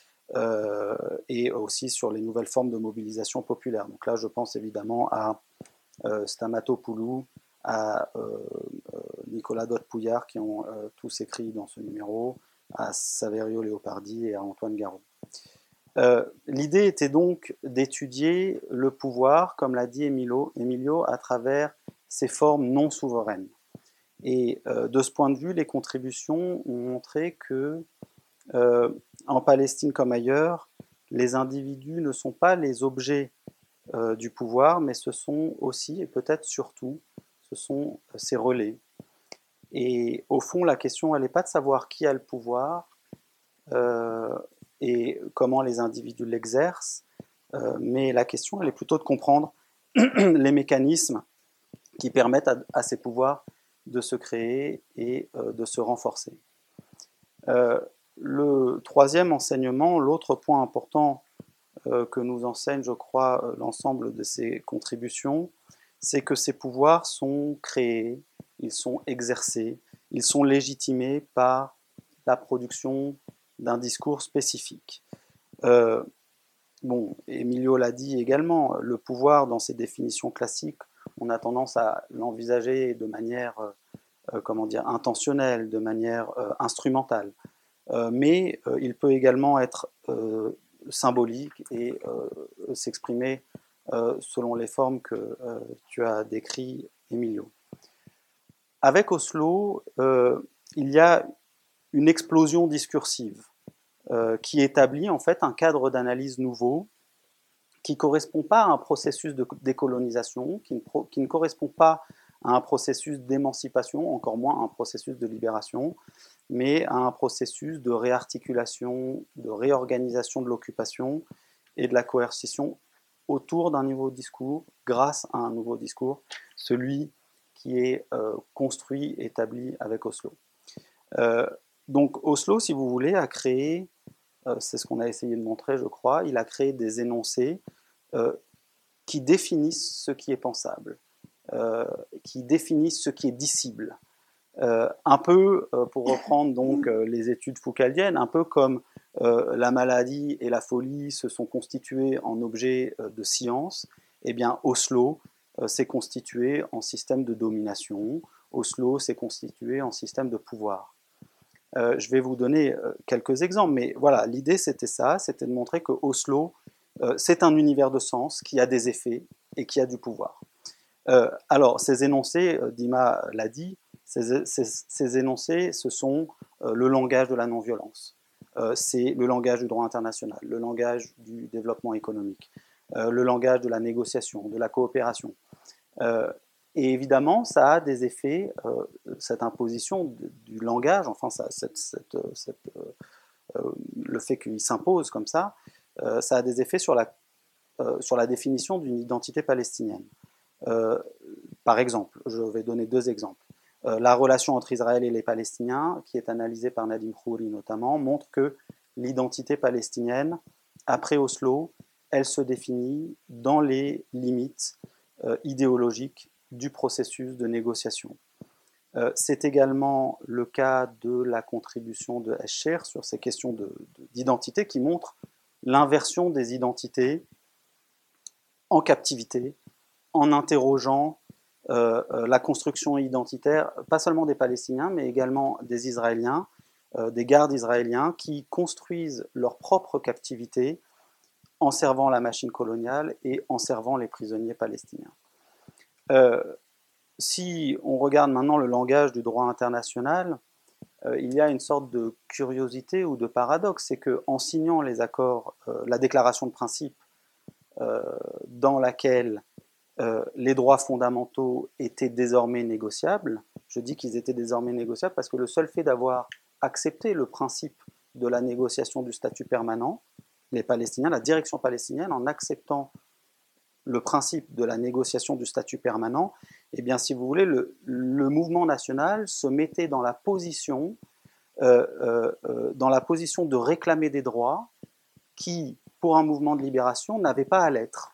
Et aussi sur les nouvelles formes de mobilisation populaire. Donc là, je pense évidemment à Stamatopoulou, à Nicolas Dotte-Pouillard, qui ont tous écrit dans ce numéro, à Saverio Leopardi et à Antoine Garot. L'idée était donc d'étudier le pouvoir, comme l'a dit Emilio, à travers ses formes non souveraines. Et de ce point de vue, les contributions ont montré que, en Palestine comme ailleurs, les individus ne sont pas les objets du pouvoir, mais ce sont aussi, et peut-être surtout, ce sont ces relais. Et au fond, la question, elle n'est pas de savoir qui a le pouvoir et comment les individus l'exercent, mais la question, elle est plutôt de comprendre les mécanismes qui permettent à ces pouvoirs de se créer et de se renforcer. Le troisième enseignement, l'autre point important que nous enseigne, je crois, l'ensemble de ces contributions, c'est que ces pouvoirs sont créés, ils sont exercés, ils sont légitimés par la production d'un discours spécifique. Emilio l'a dit également, le pouvoir, dans ses définitions classiques, on a tendance à l'envisager de manière intentionnelle, de manière instrumentale. Mais il peut également être symbolique et s'exprimer selon les formes que tu as décrites, Emilio. Avec Oslo, il y a une explosion discursive qui établit en fait un cadre d'analyse nouveau qui ne correspond pas à un processus de décolonisation, qui ne correspond pas à un processus d'émancipation, encore moins à un processus de libération, mais à un processus de réarticulation, de réorganisation de l'occupation et de la coercition autour d'un nouveau discours, grâce à un nouveau discours, celui qui est construit, établi avec Oslo. Donc Oslo, si vous voulez, a créé, c'est ce qu'on a essayé de montrer, je crois, il a créé des énoncés qui définissent ce qui est pensable, qui définissent ce qui est dissible. Un peu, pour reprendre donc les études foucaldiennes, un peu comme la maladie et la folie se sont constituées en objets de science, eh bien Oslo s'est constitué en système de domination, Oslo s'est constitué en système de pouvoir. Je vais vous donner quelques exemples, mais voilà, l'idée c'était ça, c'était de montrer que Oslo, c'est un univers de sens qui a des effets et qui a du pouvoir. Alors, ces énoncés, Dima l'a dit, ces énoncés, ce sont le langage de la non-violence, c'est le langage du droit international, le langage du développement économique, le langage de la négociation, de la coopération. Et évidemment, ça a des effets, cette imposition du langage, enfin, le fait qu'il s'impose comme ça a des effets sur la définition d'une identité palestinienne. Par exemple, je vais donner deux exemples. La relation entre Israël et les Palestiniens, qui est analysée par Nadim Khouri notamment, montre que l'identité palestinienne, après Oslo, elle se définit dans les limites idéologiques du processus de négociation. C'est également le cas de la contribution de Escher sur ces questions d'identité qui montre l'inversion des identités en captivité, en interrogeant la construction identitaire, pas seulement des Palestiniens, mais également des Israéliens, des gardes israéliens qui construisent leur propre captivité en servant la machine coloniale et en servant les prisonniers palestiniens. Si on regarde maintenant le langage du droit international, il y a une sorte de curiosité ou de paradoxe, c'est qu'en signant les accords, la déclaration de principe dans laquelle les droits fondamentaux étaient désormais négociables, je dis qu'ils étaient désormais négociables parce que le seul fait d'avoir accepté le principe de la négociation du statut permanent, les Palestiniens, la direction palestinienne, en acceptant le principe de la négociation du statut permanent, eh bien, si vous voulez, le mouvement national se mettait dans la position de réclamer des droits qui, pour un mouvement de libération, n'avaient pas à l'être.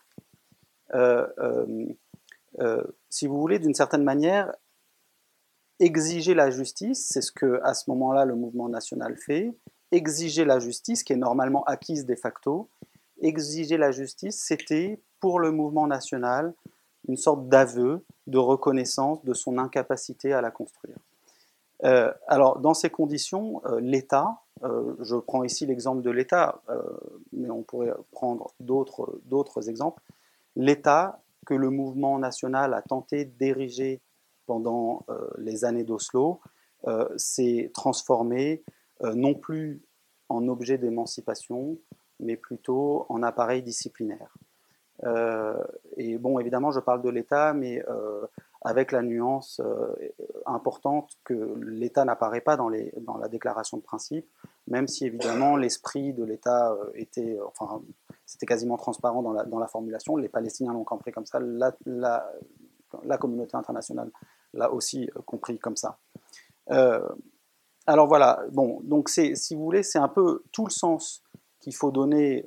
Si vous voulez, d'une certaine manière, exiger la justice, c'est ce que, à ce moment-là, le mouvement national fait. Exiger la justice, qui est normalement acquise de facto, exiger la justice, c'était pour le mouvement national une sorte d'aveu, de reconnaissance de son incapacité à la construire. Alors, dans ces conditions, l'État, je prends ici l'exemple de l'État, mais on pourrait prendre d'autres exemples, l'État que le mouvement national a tenté d'ériger pendant les années d'Oslo s'est transformé non plus en objet d'émancipation, mais plutôt en appareil disciplinaire. Et bon, évidemment, je parle de l'État, mais avec la nuance importante que l'État n'apparaît pas dans la déclaration de principe, même si évidemment l'esprit de l'État c'était quasiment transparent dans la formulation. Les Palestiniens l'ont compris comme ça, la communauté internationale l'a aussi compris comme ça. Alors voilà, bon, donc si vous voulez, c'est un peu tout le sens qu'il faut donner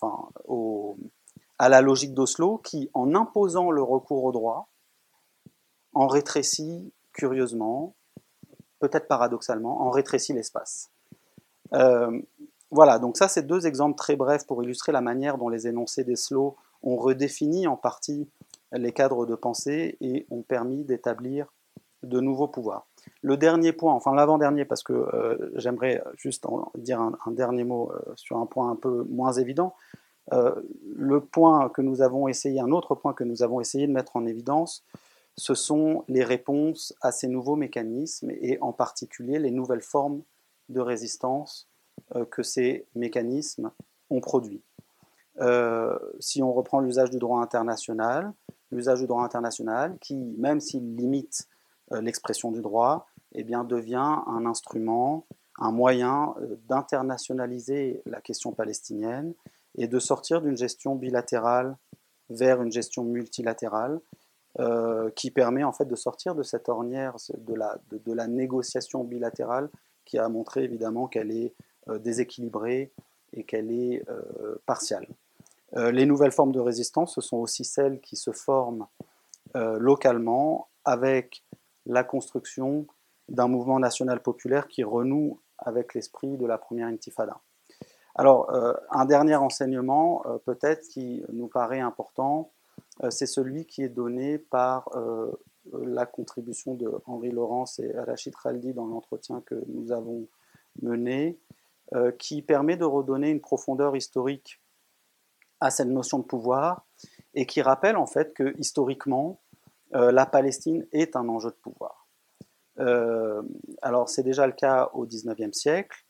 à la logique d'Oslo qui, en imposant le recours au droit, en rétrécit curieusement, peut-être paradoxalement, en rétrécit l'espace. Voilà, donc ça c'est deux exemples très brefs pour illustrer la manière dont les énoncés d'Oslo ont redéfini en partie les cadres de pensée et ont permis d'établir de nouveaux pouvoirs. Le dernier point, enfin l'avant-dernier, parce que j'aimerais juste dire un dernier mot sur un point un peu moins évident. Le point que nous avons essayé, un autre point que nous avons essayé de mettre en évidence, ce sont les réponses à ces nouveaux mécanismes et en particulier les nouvelles formes de résistance que ces mécanismes ont produit. Si on reprend l'usage du droit international qui, même s'il limite l'expression du droit, eh bien, devient un instrument, un moyen d'internationaliser la question palestinienne et de sortir d'une gestion bilatérale vers une gestion multilatérale qui permet en fait de sortir de cette ornière de la négociation bilatérale qui a montré évidemment qu'elle est déséquilibrée et qu'elle est partiale. Les nouvelles formes de résistance, ce sont aussi celles qui se forment localement avec la construction d'un mouvement national populaire qui renoue avec l'esprit de la première intifada. Alors, un dernier enseignement, peut-être, qui nous paraît important, c'est celui qui est donné par la contribution de Henri Laurence et Rachid Khaldi dans l'entretien que nous avons mené, qui permet de redonner une profondeur historique à cette notion de pouvoir et qui rappelle en fait que historiquement, la Palestine est un enjeu de pouvoir. Alors c'est déjà le cas au XIXe siècle.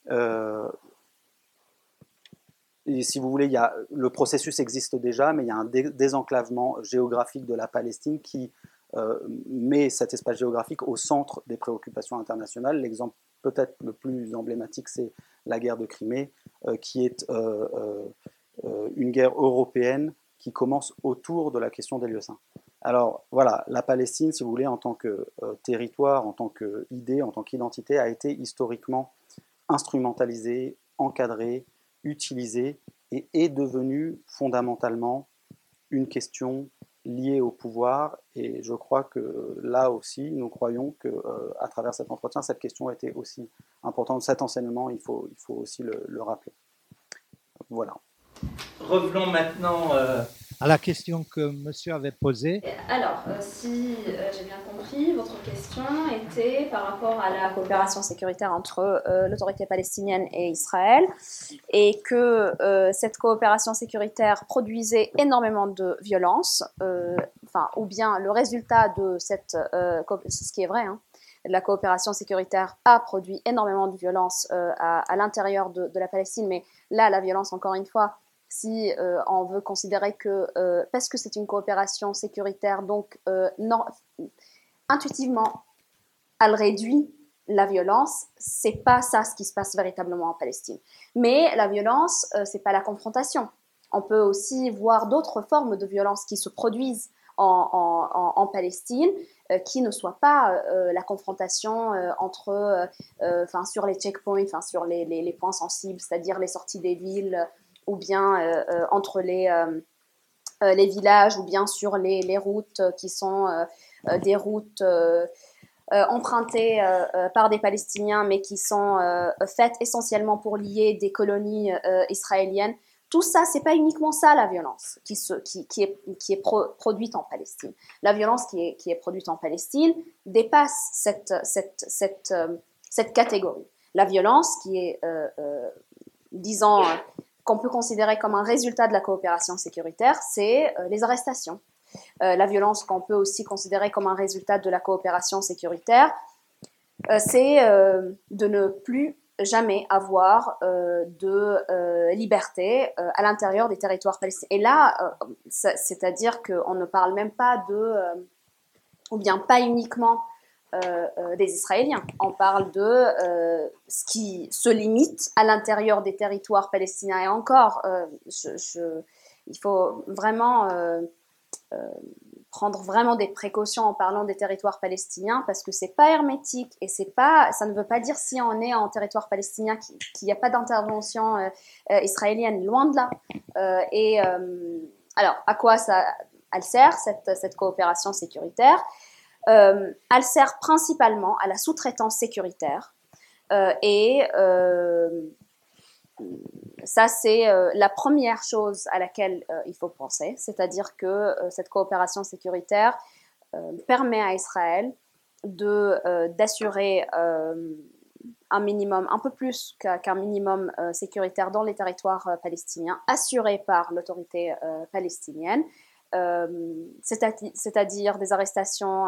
Et si vous voulez, le processus existe déjà, mais il y a un désenclavement géographique de la Palestine qui met cet espace géographique au centre des préoccupations internationales. L'exemple peut-être le plus emblématique, c'est la guerre de Crimée, qui est une guerre européenne qui commence autour de la question des lieux saints. Alors voilà, la Palestine, si vous voulez, en tant que territoire, en tant qu'idée, en tant qu'identité, a été historiquement instrumentalisée, encadrée, utilisée et est devenue fondamentalement une question liée au pouvoir. Et je crois que là aussi, nous croyons qu'à travers cet entretien, cette question a été aussi importante. Cet enseignement, il faut aussi le rappeler. Voilà. Revenons maintenant à la question que monsieur avait posée. Alors, si j'ai bien compris, votre question était par rapport à la coopération sécuritaire entre l'autorité palestinienne et Israël, et que cette coopération sécuritaire produisait énormément de violence, ou bien le résultat de cette, ce qui est vrai, la coopération sécuritaire a produit énormément de violence à l'intérieur de la Palestine, mais là, la violence, encore une fois, si on veut considérer que, parce que c'est une coopération sécuritaire, donc intuitivement, elle réduit la violence, c'est pas ça ce qui se passe véritablement en Palestine. Mais la violence, c'est pas la confrontation. On peut aussi voir d'autres formes de violence qui se produisent en Palestine, qui ne soient pas la confrontation sur les checkpoints, sur les points sensibles, c'est-à-dire les sorties des villes, ou bien entre les villages, ou bien sur les routes qui sont des routes empruntées par des Palestiniens, mais qui sont faites essentiellement pour lier des colonies israéliennes. Tout ça, c'est pas uniquement ça la violence qui est produite en Palestine. La violence qui est produite en Palestine dépasse cette catégorie. La violence qui est, disons, qu'on peut considérer comme un résultat de la coopération sécuritaire, c'est les arrestations. La violence qu'on peut aussi considérer comme un résultat de la coopération sécuritaire, c'est de ne plus jamais avoir de liberté à l'intérieur des territoires palestiniens. Et là, c'est-à-dire qu'on ne parle même pas ou bien pas uniquement des Israéliens. On parle de ce qui se limite à l'intérieur des territoires palestiniens. Et encore, il faut vraiment prendre vraiment des précautions en parlant des territoires palestiniens, parce que c'est pas hermétique et ça ne veut pas dire, si on est en territoire palestinien, qu'il n'y a pas d'intervention israélienne, loin de là. Alors, à quoi elle sert, cette coopération sécuritaire? Elle sert principalement à la sous-traitance sécuritaire, ça, c'est la première chose à laquelle il faut penser, c'est-à-dire que cette coopération sécuritaire permet à Israël d'assurer un minimum, un peu plus qu'un minimum sécuritaire dans les territoires palestiniens, assuré par l'autorité palestinienne, c'est-à-dire des arrestations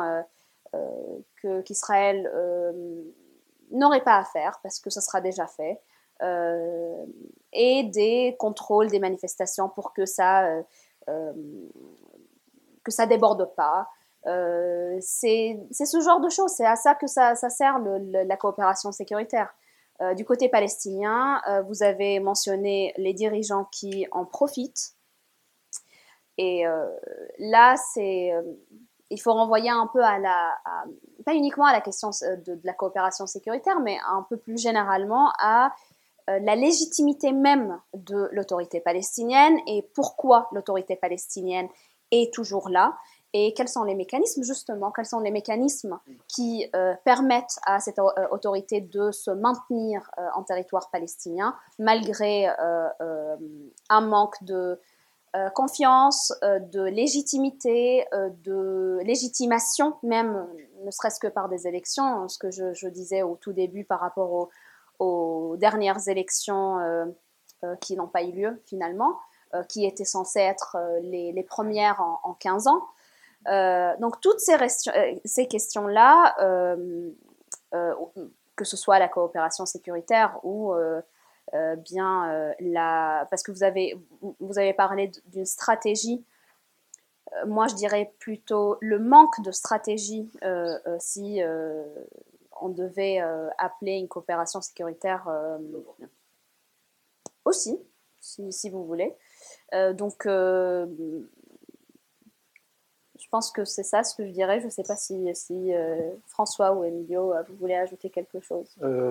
qu'Israël n'aurait pas à faire, parce que ce sera déjà fait, et des contrôles des manifestations pour que ça déborde pas. C'est ce genre de choses, c'est à ça que ça sert la coopération sécuritaire. Du côté palestinien, vous avez mentionné les dirigeants qui en profitent. Et là, il faut renvoyer un peu pas uniquement à la question de la coopération sécuritaire, mais un peu plus généralement à la légitimité même de l'autorité palestinienne et pourquoi l'autorité palestinienne est toujours là et quels sont les mécanismes justement, quels sont les mécanismes qui permettent à cette autorité de se maintenir en territoire palestinien malgré un manque de confiance, de légitimité, de légitimation même, ne serait-ce que par des élections, ce que je disais au tout début par rapport aux dernières élections qui n'ont pas eu lieu finalement, qui étaient censées être les premières en 15 ans. Donc toutes ces questions-là, que ce soit la coopération sécuritaire ou parce que vous avez parlé d'une stratégie, moi je dirais plutôt le manque de stratégie si on devait appeler une coopération sécuritaire aussi, si vous voulez. Donc, je pense que c'est ça ce que je dirais. Je ne sais pas si François ou Emilio, vous voulez ajouter quelque chose.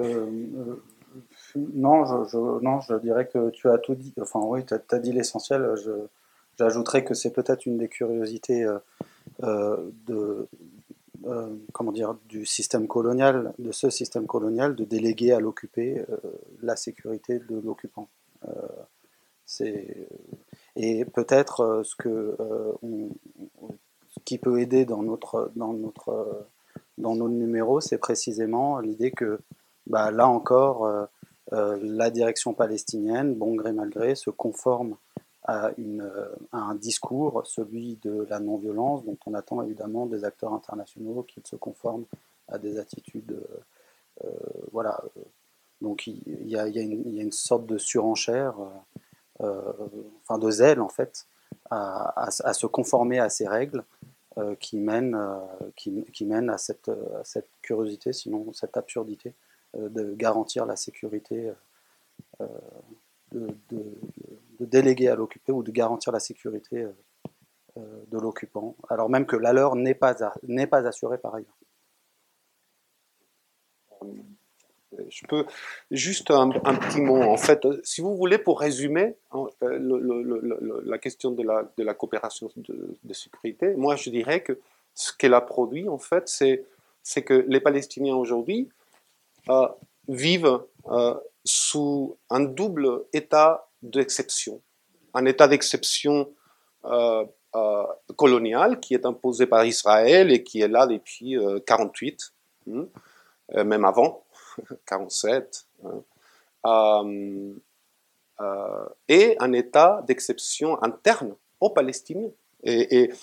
Non, je dirais que tu as tout dit. Enfin, oui, tu as dit l'essentiel. J'ajouterais que c'est peut-être une des curiosités du système colonial, de ce système colonial, de déléguer à l'occupé la sécurité de l'occupant. Et peut-être ce qui peut aider dans nos numéros, c'est précisément l'idée que là encore, la direction palestinienne, bon gré mal gré, se conforme à un discours, celui de la non-violence, dont on attend évidemment des acteurs internationaux qu'ils se conforment à des attitudes. Voilà. Donc il y a une sorte de surenchère, de zèle en fait, à se conformer à ces règles qui mènent à cette curiosité, sinon cette absurdité de garantir la sécurité, de déléguer à l'occupé ou de garantir la sécurité de l'occupant, alors même que la leur n'est pas assurée par ailleurs. Je peux juste un petit mot, en fait, si vous voulez, pour résumer la question de la coopération de sécurité, moi je dirais que ce qu'elle a produit, en fait, c'est que les Palestiniens aujourd'hui vivent sous un double état d'exception. Un état d'exception colonial qui est imposé par Israël et qui est là depuis 1948, même avant. 47, et un état d'exception interne aux Palestiniens et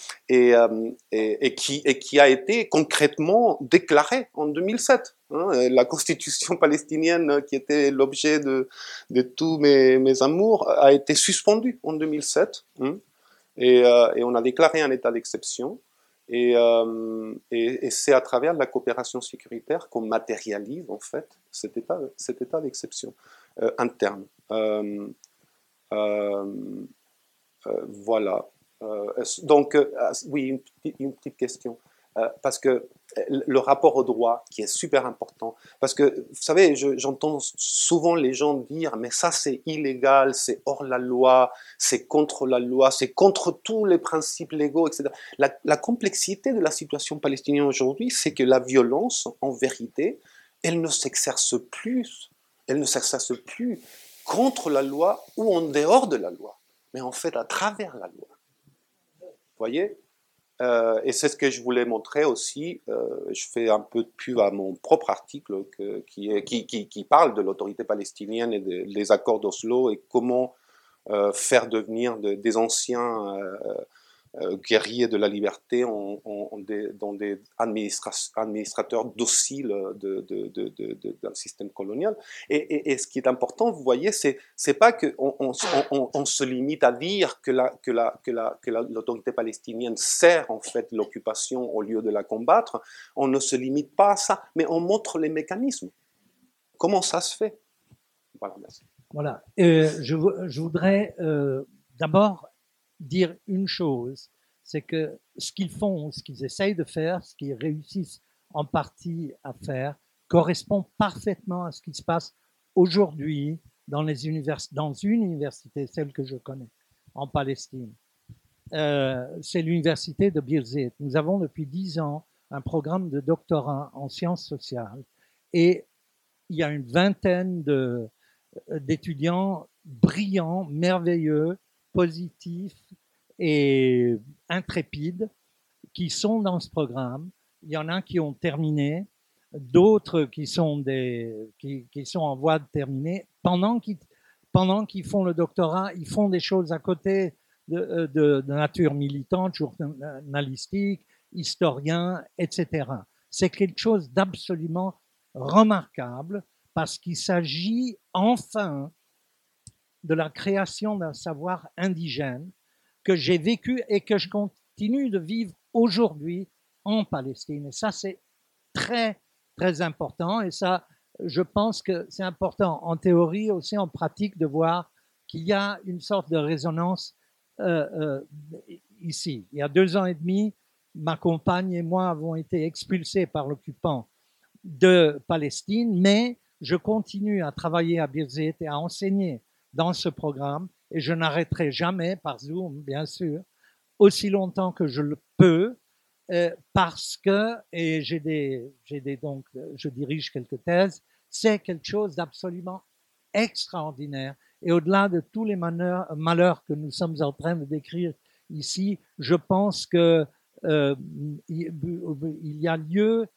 qui a été concrètement déclaré en 2007. La constitution palestinienne, qui était l'objet de tous mes amours, a été suspendue en 2007, et on a déclaré un état d'exception. Et c'est à travers la coopération sécuritaire qu'on matérialise en fait cet état d'exception interne. Voilà. Donc, oui, une petite question. Parce que le rapport au droit, qui est super important, parce que, vous savez, j'entends souvent les gens dire « mais ça c'est illégal, c'est hors la loi, c'est contre la loi, c'est contre tous les principes légaux, etc. » La complexité de la situation palestinienne aujourd'hui, c'est que la violence, en vérité, elle ne s'exerce plus contre la loi ou en dehors de la loi, mais en fait à travers la loi. Vous voyez ? Et c'est ce que je voulais montrer aussi. Je fais un peu de pub à mon propre article qui parle de l'autorité palestinienne et des accords d'Oslo et comment faire devenir des anciens guerriers de la liberté dans des administrateurs dociles d'un système colonial. Et ce qui est important, vous voyez, c'est pas qu'on se limite à dire que l'autorité palestinienne sert en fait l'occupation au lieu de la combattre. On ne se limite pas à ça, mais on montre les mécanismes. Comment ça se fait? Voilà, merci. Voilà. Je voudrais d'abord dire une chose, c'est que ce qu'ils font, ce qu'ils essayent de faire, ce qu'ils réussissent en partie à faire, correspond parfaitement à ce qui se passe aujourd'hui dans une université, celle que je connais, en Palestine. C'est l'université de Birzeit. Nous avons depuis 10 ans un programme de doctorat en sciences sociales et il y a une vingtaine d'étudiants brillants, merveilleux, positifs et intrépides qui sont dans ce programme. Il y en a qui ont terminé, d'autres qui sont en voie de terminer. Pendant qu'ils font le doctorat, ils font des choses à côté de nature militante, journalistique, historien, etc. C'est quelque chose d'absolument remarquable parce qu'il s'agit enfin de la création d'un savoir indigène que j'ai vécu et que je continue de vivre aujourd'hui en Palestine. Et ça, c'est très, très important. Et ça, je pense que c'est important en théorie, aussi en pratique, de voir qu'il y a une sorte de résonance ici. Il y a 2 ans et demi, ma compagne et moi avons été expulsés par l'occupant de Palestine, mais je continue à travailler à Birzeit et à enseigner dans ce programme et je n'arrêterai jamais par Zoom, bien sûr, aussi longtemps que je le peux, parce que, et donc, je dirige quelques thèses, c'est quelque chose d'absolument extraordinaire. Et au-delà de tous les malheurs que nous sommes en train de décrire ici, je pense que il y a lieu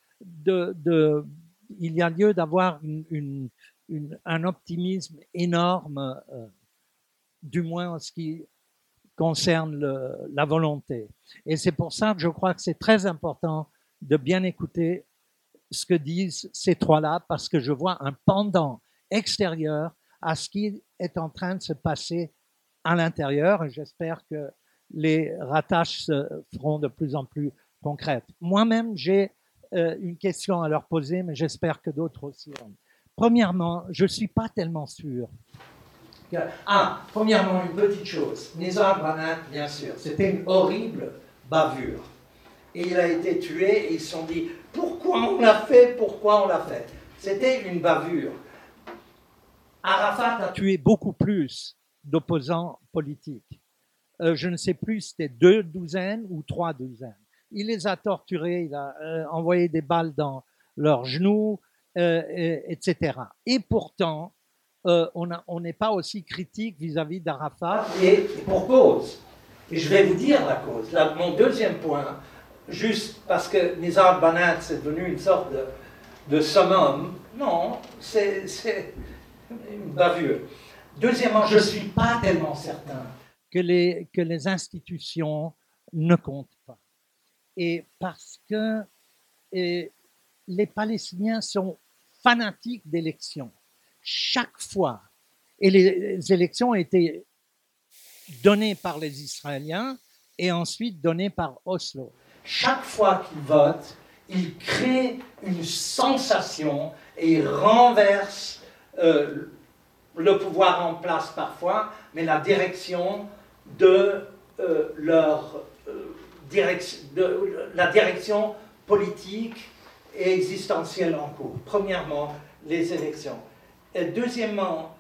d'avoir un optimisme énorme, du moins en ce qui concerne la volonté. Et c'est pour ça que je crois que c'est très important de bien écouter ce que disent ces trois-là, parce que je vois un pendant extérieur à ce qui est en train de se passer à l'intérieur, et j'espère que les rattaches se feront de plus en plus concrètes. Moi-même, j'ai une question à leur poser, mais j'espère que d'autres aussi. Premièrement, je ne suis pas tellement sûr. Premièrement, une petite chose. Nizar Banat, bien sûr, c'était une horrible bavure. Et il a été tué et ils se sont dit « Pourquoi on l'a fait ? Pourquoi on l'a fait ?» C'était une bavure. Arafat a tué beaucoup plus d'opposants politiques. Je ne sais plus, c'était 2 douzaines ou 3 douzaines. Il les a torturés, il a envoyé des balles dans leurs genoux, etc. Et pourtant, on n'est pas aussi critique vis-à-vis d'Arafat, et pour cause. Et je vais vous dire la cause. Là, mon deuxième point, juste parce que Nizar Banat, c'est devenu une sorte de summum, non, c'est une bavure. Deuxièmement, je ne suis pas tellement certain que les institutions ne comptent pas. Et parce que les Palestiniens sont fanatiques d'élections. Chaque fois, et les élections ont été données par les Israéliens et ensuite données par Oslo. Chaque fois qu'ils votent, ils créent une sensation et ils renversent le pouvoir en place parfois, mais la direction de la direction politique et existentielle en cours. Premièrement, les élections. Et deuxièmement,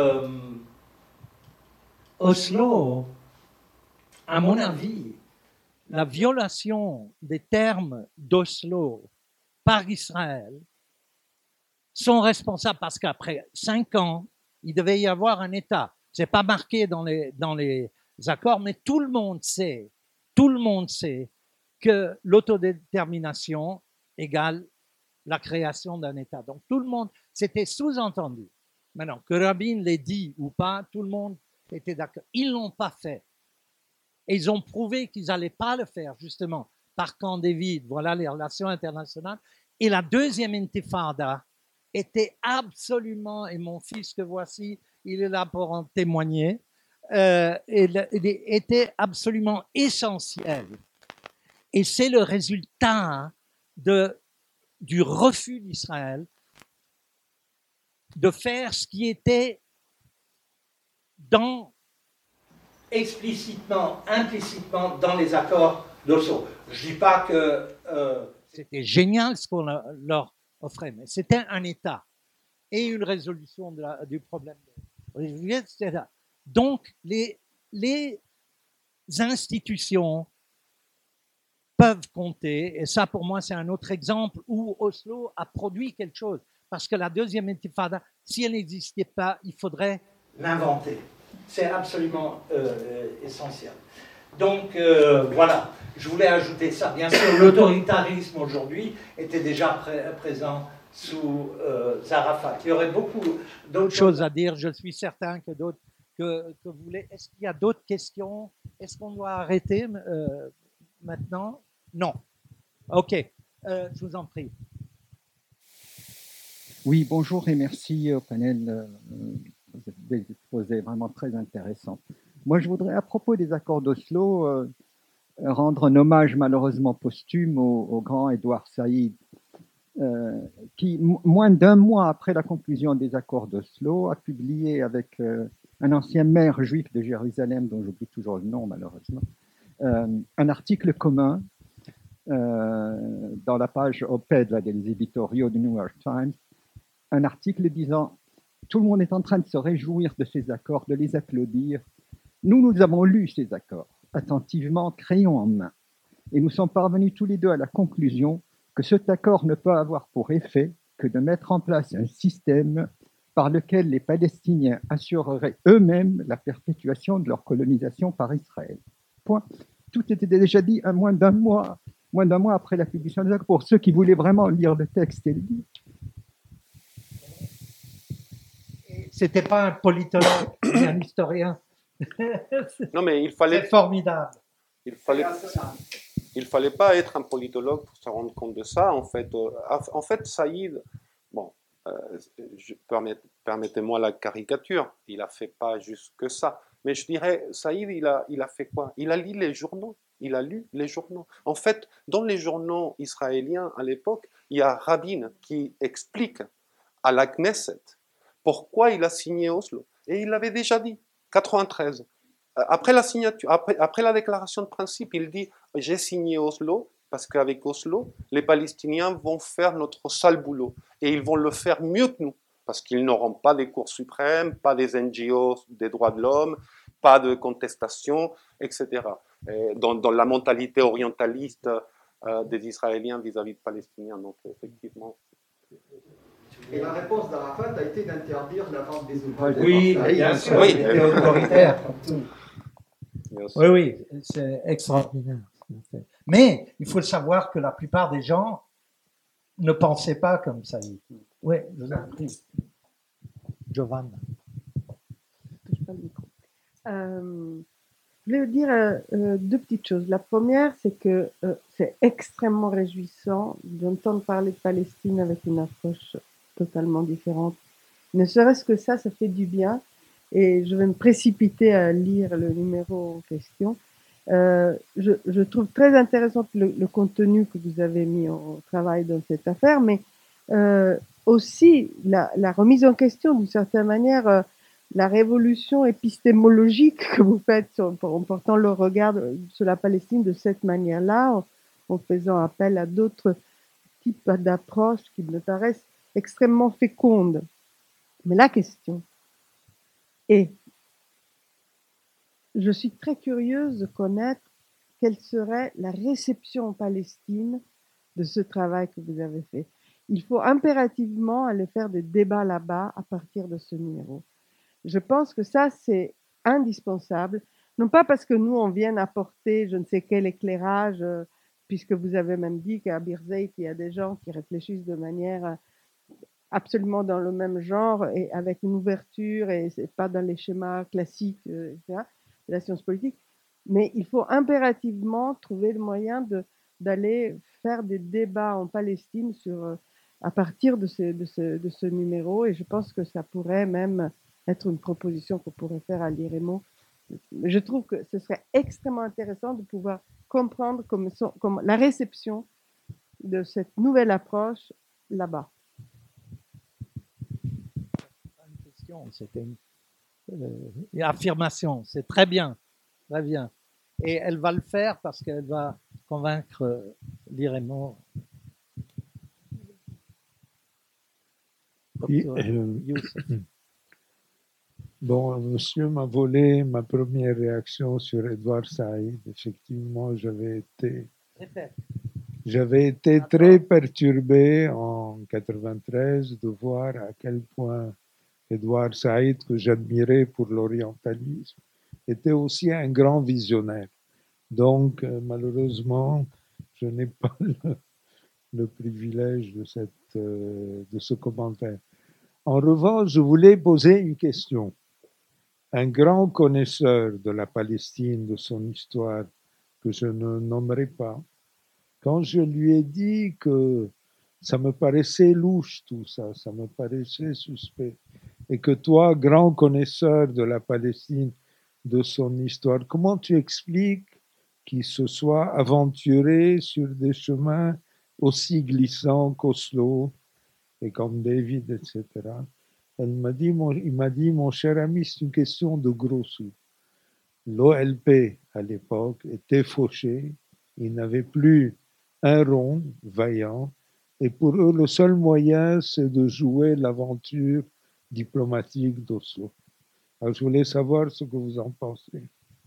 Oslo, à mon avis, la violation des termes d'Oslo par Israël sont responsables parce qu'après 5 ans, il devait y avoir un État. Ce n'est pas marqué dans les accords, mais tout le monde sait que l'autodétermination égale la création d'un État. Donc tout le monde, c'était sous-entendu. Maintenant, que Rabin l'ait dit ou pas, tout le monde était d'accord. Ils ne l'ont pas fait. Et ils ont prouvé qu'ils n'allaient pas le faire, justement, par Camp David. Voilà les relations internationales. Et la deuxième intifada était absolument, et mon fils que voici, il est là pour en témoigner, était absolument essentielle. Et c'est le résultat du refus d'Israël de faire ce qui était explicitement, implicitement dans les accords d'Oslo. Je ne dis pas que c'était génial ce qu'on leur offrait, mais c'était un État et une résolution du problème. Donc, les institutions peuvent compter, et ça pour moi c'est un autre exemple où Oslo a produit quelque chose, parce que la deuxième intifada, si elle n'existait pas, il faudrait l'inventer. C'est absolument essentiel. Donc voilà, je voulais ajouter ça. Bien sûr, l'autoritarisme aujourd'hui était déjà présent sous Arafat. Il y aurait beaucoup d'autres choses à dire, je suis certain que d'autres que vous voulez. Est-ce qu'il y a d'autres questions? Est-ce qu'on doit arrêter maintenant? Non. OK. Je vous en prie. Oui, bonjour et merci au panel. Des exposés vraiment très intéressants. Moi, je voudrais, à propos des accords d'Oslo, rendre un hommage malheureusement posthume au grand Edouard Saïd, qui, moins d'un mois après la conclusion des accords d'Oslo, a publié avec un ancien maire juif de Jérusalem, dont j'oublie toujours le nom malheureusement, un article commun dans la page op-ed des éditoriaux du New York Times, un article disant « Tout le monde est en train de se réjouir de ces accords, de les applaudir. Nous avons lu ces accords, attentivement, crayon en main, et nous sommes parvenus tous les deux à la conclusion que cet accord ne peut avoir pour effet que de mettre en place un système par lequel les Palestiniens assureraient eux-mêmes la perpétuation de leur colonisation par Israël. » Point. Tout était déjà dit à moins d'un mois après la publication des accords, pour ceux qui voulaient vraiment lire le texte et le lire. C'était pas un politologue, mais un historien. Non, mais il fallait. C'est formidable. Il fallait pas être un politologue pour se rendre compte de ça. En fait, Saïd, bon, permettez-moi la caricature. Il a fait pas juste que ça. Mais je dirais, Saïd, il a fait quoi? Il a lu les journaux. Il a lu les journaux. En fait, dans les journaux israéliens à l'époque, il y a Rabin qui explique à la Knesset pourquoi il a signé Oslo. Et il l'avait déjà dit, 93. Après la signature, après la déclaration de principe, il dit « J'ai signé Oslo parce qu'avec Oslo, les Palestiniens vont faire notre sale boulot. Et ils vont le faire mieux que nous, parce qu'ils n'auront pas des cours suprêmes, pas des NGO des droits de l'homme, pas de contestation, etc. » Dans la mentalité orientaliste des Israéliens vis-à-vis des Palestiniens. Donc, effectivement... Et la réponse d'Arafat a été d'interdire la vente des ouvrages. Oui, bien sûr, il était autoritaire comme tout. Oui, c'est extraordinaire. Mais il faut savoir que la plupart des gens ne pensaient pas comme ça. Oui, je vous en prie. Giovanna. Je touche pas le micro. Je voulais vous dire deux petites choses. La première, c'est que c'est extrêmement réjouissant d'entendre parler de Palestine avec une approche totalement différente. Ne serait-ce que ça fait du bien. Et je vais me précipiter à lire le numéro en question. Je trouve très intéressant le contenu que vous avez mis en travail dans cette affaire, mais aussi la remise en question, d'une certaine manière, la révolution épistémologique que vous faites en portant le regard sur la Palestine de cette manière-là, en faisant appel à d'autres types d'approches qui me paraissent extrêmement féconde. Mais la question est, je suis très curieuse de connaître quelle serait la réception en Palestine de ce travail que vous avez fait. Il faut impérativement aller faire des débats là-bas à partir de ce numéro. Je pense que ça, c'est indispensable, non pas parce que nous, on vient apporter je ne sais quel éclairage, puisque vous avez même dit qu'à Birzeit, il y a des gens qui réfléchissent de manière absolument dans le même genre et avec une ouverture et c'est pas dans les schémas classiques, etc., de la science politique. Mais il faut impérativement trouver le moyen d'aller faire des débats en Palestine à partir de ce numéro, et je pense que ça pourrait même être une proposition qu'on pourrait faire à l'IREMO. Je trouve que ce serait extrêmement intéressant de pouvoir comprendre comme la réception de cette nouvelle approche là-bas. Une question, c'était une affirmation, c'est très bien, très bien. Et elle va le faire parce qu'elle va convaincre l'IREMO. Bon, monsieur m'a volé ma première réaction sur Edward Said. Effectivement, j'avais été très perturbé en 93 de voir à quel point Edward Said, que j'admirais pour l'orientalisme, était aussi un grand visionnaire. Donc, malheureusement, je n'ai pas le privilège de ce commentaire. En revanche, je voulais poser une question. Un grand connaisseur de la Palestine, de son histoire, que je ne nommerai pas, quand je lui ai dit que ça me paraissait louche tout ça, ça me paraissait suspect, et que toi, grand connaisseur de la Palestine, de son histoire, comment tu expliques qu'il se soit aventuré sur des chemins aussi glissants qu'Oslo et Camp David, etc. Il m'a dit, mon cher ami, c'est une question de gros sous. L'OLP, à l'époque, était fauché. Ils n'avaient plus un rond vaillant. Et pour eux, le seul moyen, c'est de jouer l'aventure diplomatique d'Oslo. Alors, je voulais savoir ce que vous en pensez.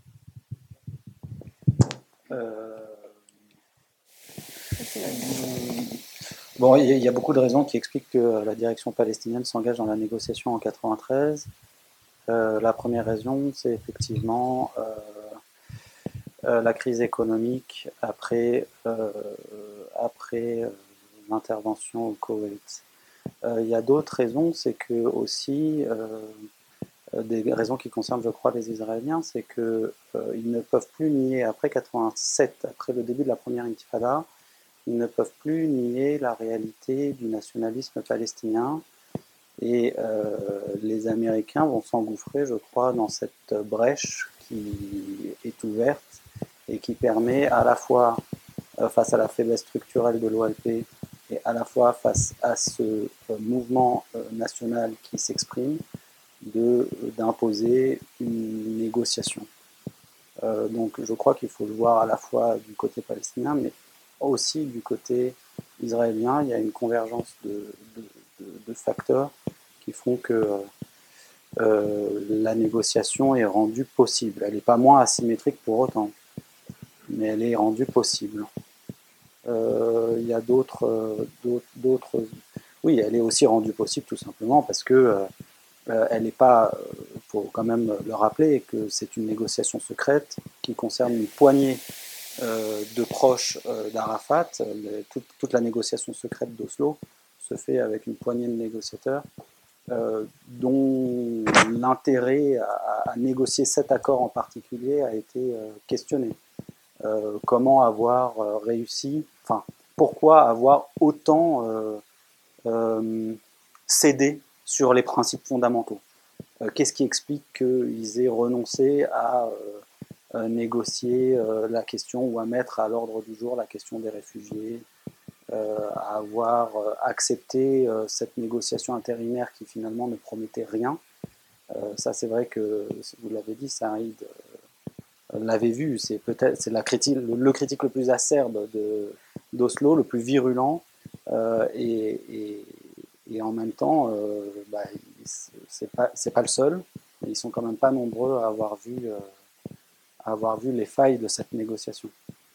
Bon, il y a beaucoup de raisons qui expliquent que la direction palestinienne s'engage dans la négociation en 93. La première raison, c'est effectivement la crise économique après l'intervention au Koweït. Il y a d'autres raisons, c'est que aussi des raisons qui concernent, je crois, les Israéliens, c'est que ils ne peuvent plus nier après 87, après le début de la première intifada, ils ne peuvent plus nier la réalité du nationalisme palestinien. Et les Américains vont s'engouffrer, je crois, dans cette brèche qui est ouverte et qui permet à la fois, face à la faiblesse structurelle de l'OLP, et à la fois face à ce mouvement national qui s'exprime, d'imposer une négociation. Donc je crois qu'il faut le voir à la fois du côté palestinien, mais aussi du côté israélien. Il y a une convergence de facteurs qui font que la négociation est rendue possible. Elle n'est pas moins asymétrique pour autant, mais elle est rendue possible. Il y a d'autres... Oui, elle est aussi rendue possible tout simplement parce que elle n'est pas... Il faut quand même le rappeler que c'est une négociation secrète qui concerne une poignée de proches d'Arafat. Toute la négociation secrète d'Oslo se fait avec une poignée de négociateurs dont l'intérêt à négocier cet accord en particulier a été questionné. Comment avoir réussi, enfin, pourquoi avoir autant cédé sur les principes fondamentaux? Qu'est-ce qui explique qu'ils aient renoncé à négocier la question ou à mettre à l'ordre du jour la question des réfugiés, à avoir accepté cette négociation intérimaire qui finalement ne promettait rien? Ça, c'est vrai que, vous l'avez dit, Saïd l'avait vu, c'est le critique le plus acerbe d'Oslo, le plus virulent, et en même temps, c'est pas le seul. Ils sont quand même pas nombreux à avoir vu les failles de cette négociation.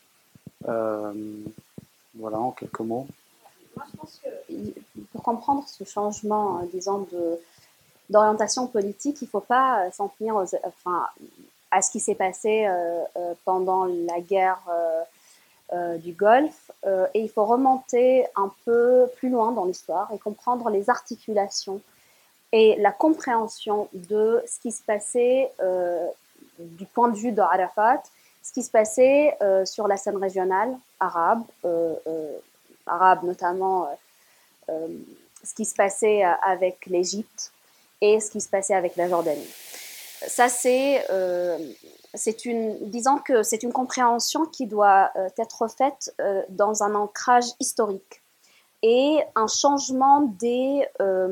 Voilà, en quelques mots. Moi, je pense que pour comprendre ce changement, disons, d'orientation politique, il ne faut pas s'en tenir à ce qui s'est passé pendant la guerre du Golfe, et il faut remonter un peu plus loin dans l'histoire et comprendre les articulations et la compréhension de ce qui se passait du point de vue d'Arafat ce qui se passait sur la scène régionale arabe, notamment ce qui se passait avec l'Égypte et ce qui se passait avec la Jordanie. Ça, disons que c'est une compréhension qui doit être faite dans un ancrage historique et un changement des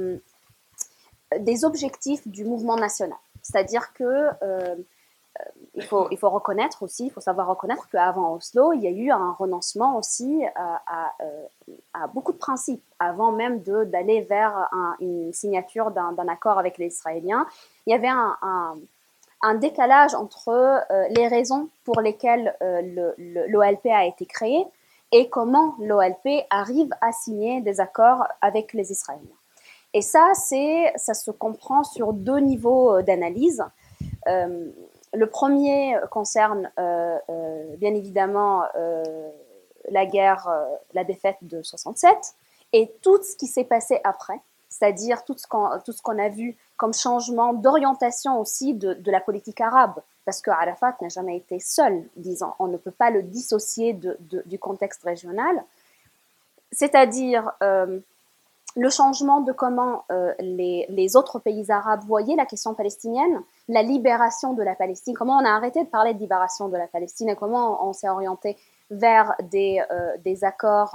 objectifs du mouvement national. C'est-à-dire que il faut reconnaître aussi, il faut savoir reconnaître qu'avant Oslo, il y a eu un renoncement aussi à beaucoup de principes, avant même d'aller vers une signature d'un accord avec les Israéliens. Il y avait un décalage entre les raisons pour lesquelles l'OLP a été créé et comment l'OLP arrive à signer des accords avec les Israéliens. Et ça se comprend sur deux niveaux d'analyse. Le premier concerne bien évidemment la guerre, la défaite de 67 et tout ce qui s'est passé après, c'est-à-dire tout ce qu'on a vu comme changement d'orientation aussi de la politique arabe, parce que Arafat n'a jamais été seul, disons, on ne peut pas le dissocier du contexte régional, c'est-à-dire le changement de comment les autres pays arabes voyaient la question palestinienne, la libération de la Palestine, comment on a arrêté de parler de libération de la Palestine et comment on s'est orienté vers des accords,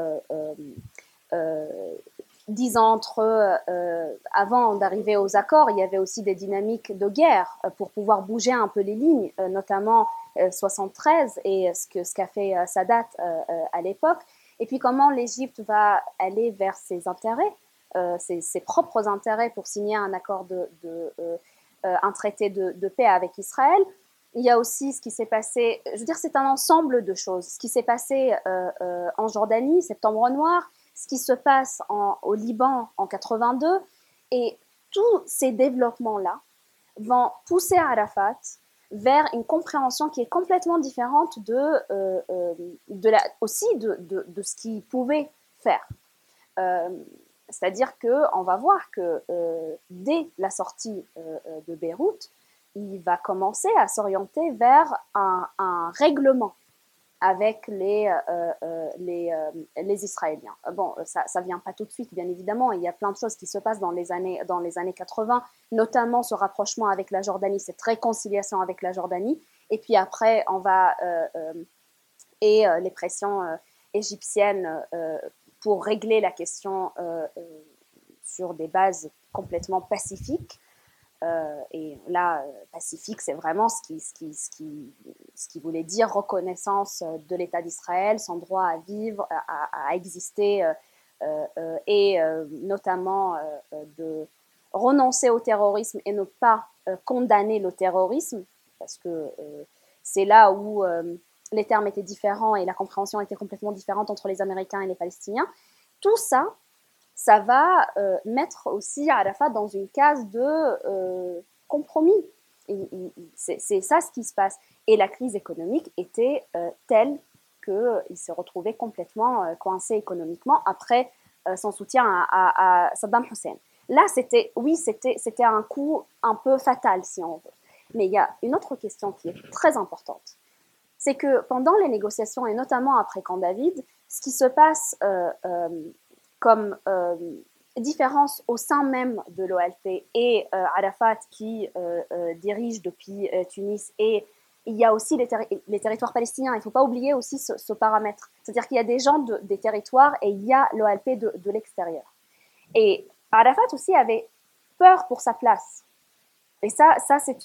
disons, avant d'arriver aux accords, il y avait aussi des dynamiques de guerre pour pouvoir bouger un peu les lignes, notamment 73 et ce qu'a fait Sadat à l'époque. Et puis comment l'Égypte va aller vers ses intérêts, ses propres intérêts pour signer un accord un traité de paix avec Israël. Il y a aussi ce qui s'est passé, je veux dire, c'est un ensemble de choses. Ce qui s'est passé en Jordanie, Septembre Noir, ce qui se passe au Liban en 82, et tous ces développements-là vont pousser Arafat vers une compréhension qui est complètement différente aussi de ce qu'il pouvait faire. C'est-à-dire qu'on va voir que dès la sortie de Beyrouth, il va commencer à s'orienter vers un règlement avec les Israéliens. Bon, ça vient pas tout de suite, bien évidemment. Il y a plein de choses qui se passent dans les années 80, notamment ce rapprochement avec la Jordanie, cette réconciliation avec la Jordanie. Et puis après, on va les pressions égyptiennes pour régler la question sur des bases complètement pacifiques. Et là, pacifique, c'est vraiment ce qui voulait dire reconnaissance de l'État d'Israël, son droit à vivre, à exister, et notamment de renoncer au terrorisme et ne pas condamner le terrorisme, parce que c'est là où les termes étaient différents et la compréhension était complètement différente entre les Américains et les Palestiniens. Tout ça, ça va mettre aussi Arafat dans une case de compromis. C'est ça ce qui se passe. Et la crise économique était telle qu'il se retrouvait complètement coincé économiquement après son soutien à Saddam Hussein. Là, c'était un coup un peu fatal, si on veut. Mais il y a une autre question qui est très importante. C'est que pendant les négociations, et notamment après Camp David, ce qui se passe comme différence au sein même de l'OLP et Arafat qui dirige depuis Tunis, et il y a aussi les territoires palestiniens. Il ne faut pas oublier aussi ce paramètre. C'est-à-dire qu'il y a des gens des territoires et il y a l'OLP de l'extérieur. Et Arafat aussi avait peur pour sa place. Et ça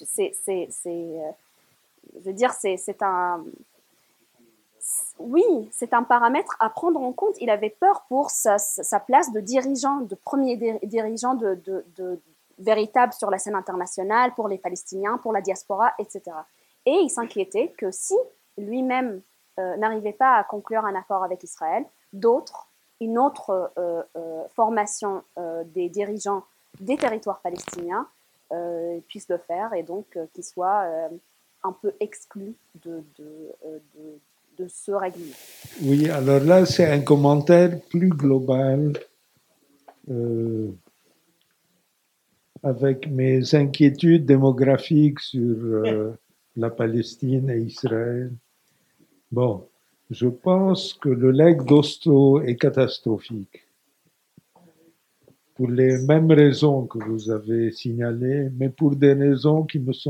je veux dire, c'est un... Oui, c'est un paramètre à prendre en compte. Il avait peur pour sa place de dirigeant, de premier dirigeant de véritable sur la scène internationale, pour les Palestiniens, pour la diaspora, etc. Et il s'inquiétait que si lui-même n'arrivait pas à conclure un accord avec Israël, une autre formation des dirigeants des territoires palestiniens puisse le faire, et donc qu'il soit un peu exclu de ce règlement. Oui, alors là, c'est un commentaire plus global avec mes inquiétudes démographiques sur la Palestine et Israël. Bon, je pense que le legs d'Oslo est catastrophique. Pour les mêmes raisons que vous avez signalées, mais pour des raisons qui me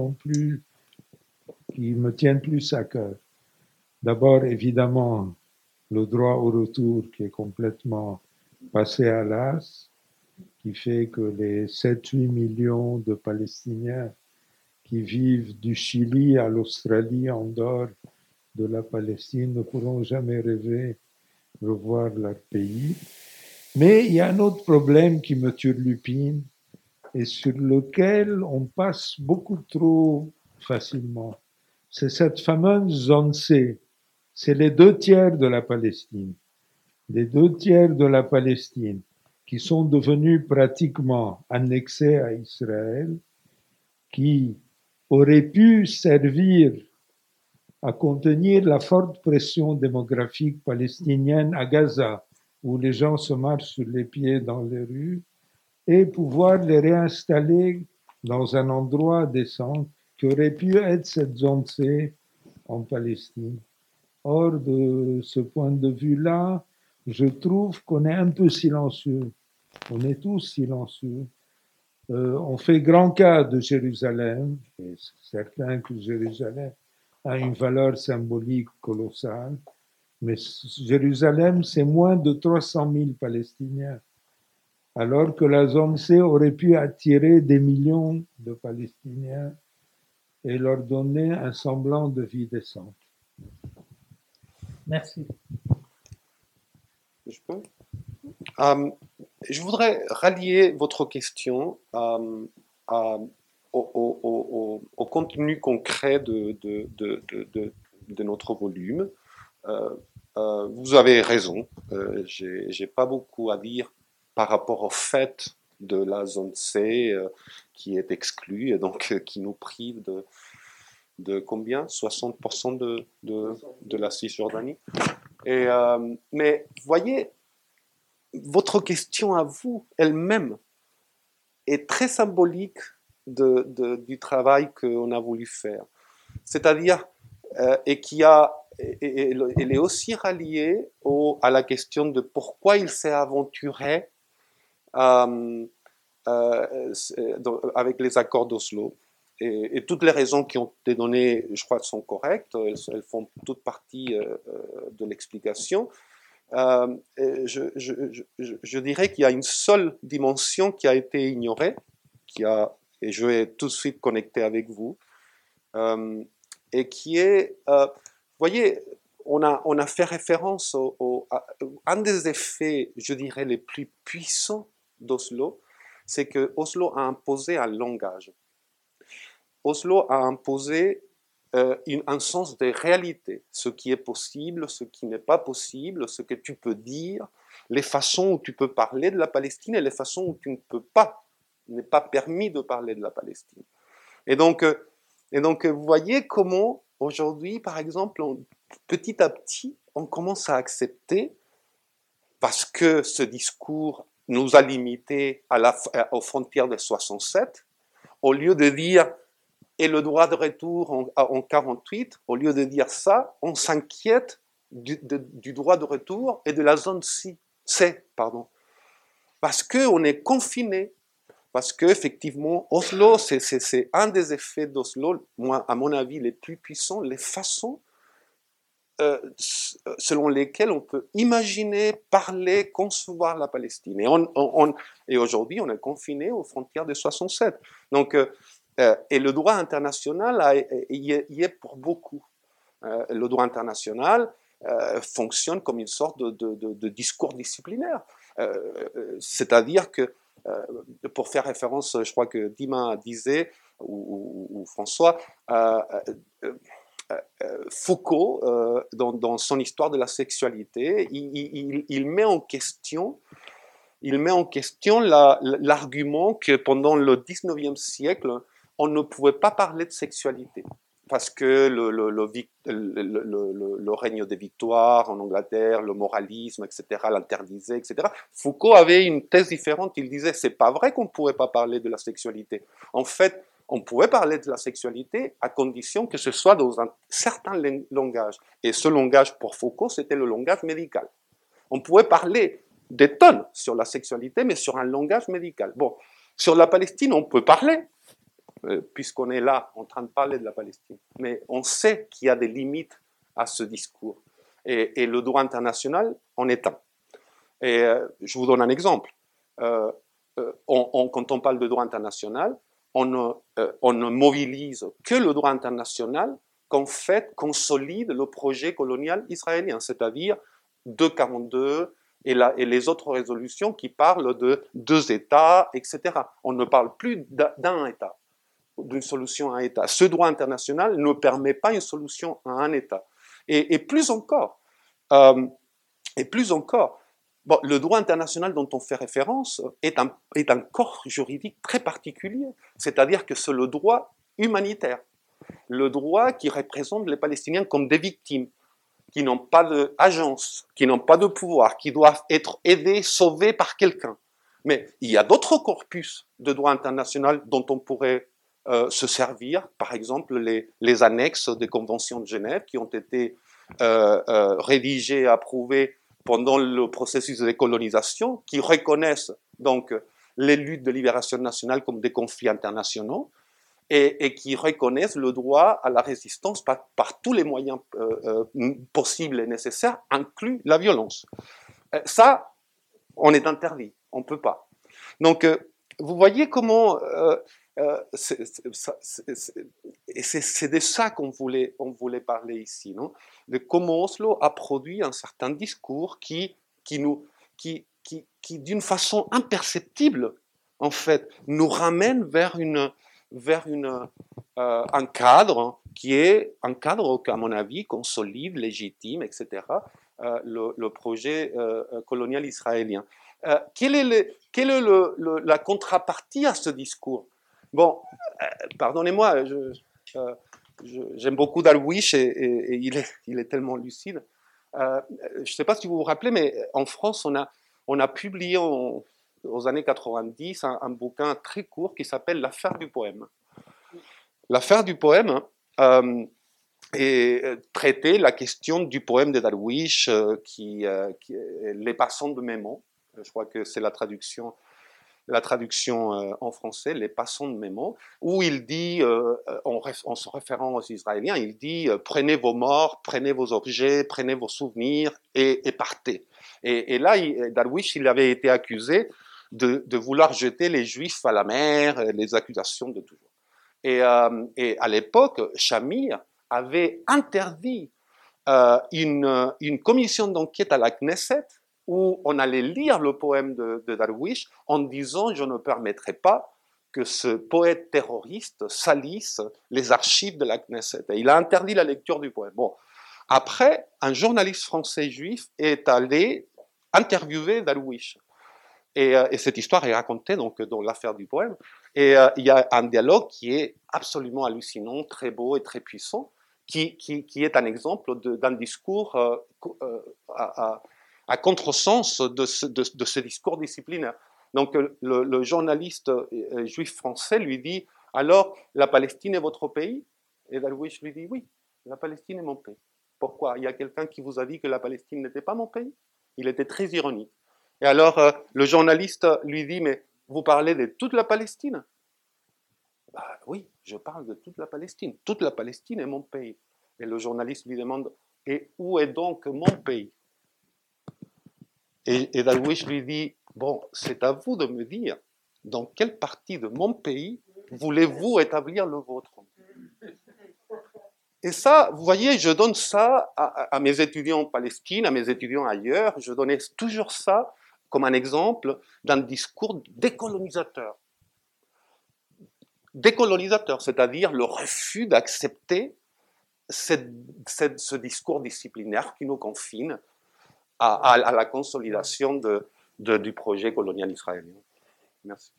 tiennent plus à cœur. D'abord, évidemment, le droit au retour qui est complètement passé à l'as, qui fait que les 7-8 millions de Palestiniens qui vivent du Chili à l'Australie en dehors de la Palestine ne pourront jamais rêver de revoir leur pays. Mais il y a un autre problème qui me turlupine et sur lequel on passe beaucoup trop facilement. C'est cette fameuse zone C. C'est les 2/3 de la Palestine. Les 2/3 de la Palestine qui sont devenus pratiquement annexés à Israël, qui auraient pu servir à contenir la forte pression démographique palestinienne à Gaza, où les gens se marchent sur les pieds dans les rues, et pouvoir les réinstaller dans un endroit décent qui aurait pu être cette zone C en Palestine. Or, de ce point de vue-là, je trouve qu'on est un peu silencieux. On est tous silencieux. On fait grand cas de Jérusalem, et c'est certain que Jérusalem a une valeur symbolique colossale, mais Jérusalem, c'est moins de 300 000 Palestiniens, alors que la zone C aurait pu attirer des millions de Palestiniens et leur donner un semblant de vie décente. Merci. Je peux je voudrais rallier votre question au contenu concret de notre volume. Vous avez raison, j'ai pas beaucoup à dire par rapport au fait de la zone C qui est exclue et donc qui nous prive de combien 60% de la Cisjordanie. Mais voyez, votre question à vous elle-même est très symbolique du travail qu'on a voulu faire. C'est-à-dire, et elle est aussi ralliée à la question de pourquoi il s'est aventuré avec les accords d'Oslo. Et toutes les raisons qui ont été données, je crois, sont correctes. Elles font toute partie de l'explication. Je dirais qu'il y a une seule dimension qui a été ignorée, et je vais tout de suite connecter avec vous, et qui est, vous voyez, on a fait référence à un des effets, je dirais, les plus puissants d'Oslo, c'est que Oslo a imposé un langage. Oslo a imposé un sens de réalité, ce qui est possible, ce qui n'est pas possible, ce que tu peux dire, les façons où tu peux parler de la Palestine et les façons où tu ne peux pas, n'est pas permis de parler de la Palestine. Et donc vous voyez comment aujourd'hui, par exemple, petit à petit, on commence à accepter, parce que ce discours nous a limités aux frontières de 67, au lieu de dire et le droit de retour en 48, au lieu de dire ça, on s'inquiète du droit de retour et de la zone C, parce qu'on est confiné, parce qu'effectivement, Oslo, c'est un des effets d'Oslo, moi, à mon avis, les plus puissants, les façons selon lesquelles on peut imaginer, parler, concevoir la Palestine. Et aujourd'hui, on est confiné aux frontières de 67. Donc, et le droit international y est pour beaucoup. Le droit international fonctionne comme une sorte de discours disciplinaire. C'est-à-dire que, pour faire référence, je crois que Dima disait, ou François, Foucault, dans son histoire de la sexualité, il met en question l'argument que pendant le 19e siècle, on ne pouvait pas parler de sexualité parce que le règne des victoires en Angleterre, le moralisme, etc., l'interdisait, etc. Foucault avait une thèse différente. Il disait, c'est pas vrai qu'on ne pourrait pas parler de la sexualité. En fait, On pouvait parler de la sexualité à condition que ce soit dans un certain langage. Et ce langage, pour Foucault, c'était le langage médical. On pouvait parler des tonnes sur la sexualité, mais sur un langage médical. Bon, sur la Palestine, on peut parler, puisqu'on est là en train de parler de la Palestine. Mais on sait qu'il y a des limites à ce discours. Et le droit international en est un. Et je vous donne un exemple. Quand on parle de droit international, on ne mobilise que le droit international qu'en fait consolide le projet colonial israélien, c'est-à-dire 242 et les autres résolutions qui parlent de 2 États, etc. On ne parle plus d'un État, d'une solution à un État. Ce droit international ne permet pas une solution à un État. Et plus encore, bon, le droit international dont on fait référence est un corps juridique très particulier, c'est-à-dire que c'est le droit humanitaire, le droit qui représente les Palestiniens comme des victimes, qui n'ont pas d'agence, qui n'ont pas de pouvoir, qui doivent être aidés, sauvés par quelqu'un. Mais il y a d'autres corpus de droit international dont on pourrait se servir, par exemple les annexes des conventions de Genève qui ont été rédigées et approuvées pendant le processus de décolonisation, qui reconnaissent donc les luttes de libération nationale comme des conflits internationaux et qui reconnaissent le droit à la résistance par tous les moyens possibles et nécessaires, inclus la violence. Ça, on est interdit, on ne peut pas. Donc, vous voyez comment... c'est de ça qu'on voulait parler ici, non? De comment Oslo a produit un certain discours qui d'une façon imperceptible, en fait, nous ramène vers un cadre qui est un cadre, à mon avis, consolide, légitime, etc., le projet colonial israélien. Quelle est la contrepartie à ce discours? Bon, pardonnez-moi, j'aime beaucoup Darwish et il est tellement lucide. Je ne sais pas si vous vous rappelez, mais en France, on a publié aux années 90 un bouquin très court qui s'appelle L'affaire du poème. L'affaire du poème traitait la question du poème de Darwish, Les passants de Mémon. Je crois que c'est la traduction en français, Les passants de Mémon, où il dit, en se référant aux Israéliens, il dit prenez vos morts, prenez vos objets, prenez vos souvenirs et partez. Et là, Darwish, il avait été accusé de vouloir jeter les Juifs à la mer, les accusations de toujours. Et à l'époque, Shamir avait interdit une commission d'enquête à la Knesset où on allait lire le poème de Darwish en disant « Je ne permettrai pas que ce poète terroriste salisse les archives de la Knesset ». Et il a interdit la lecture du poème. Bon. Après, un journaliste français juif est allé interviewer Darwish. Et cette histoire est racontée donc, dans l'affaire du poème. Et il y a un dialogue qui est absolument hallucinant, très beau et très puissant, qui est un exemple d'un discours à contresens de ce discours disciplinaire. Donc le journaliste juif français lui dit « Alors, la Palestine est votre pays ?» Et Darwish lui dit « Oui, la Palestine est mon pays. » Pourquoi? Il y a quelqu'un qui vous a dit que la Palestine n'était pas mon pays? Il était très ironique. Et alors, le journaliste lui dit « Mais vous parlez de toute la Palestine ?» Bah, oui, je parle de toute la Palestine. Toute la Palestine est mon pays. Et le journaliste lui demande « Et où est donc mon pays ?» Et Darwish lui dit « Bon, c'est à vous de me dire dans quelle partie de mon pays voulez-vous établir le vôtre ?» Et ça, vous voyez, je donne ça à mes étudiants en Palestine, à mes étudiants ailleurs, je donnais toujours ça comme un exemple d'un discours décolonisateur. Décolonisateur, c'est-à-dire le refus d'accepter ce discours disciplinaire qui nous confine à la consolidation du projet colonial israélien. Merci.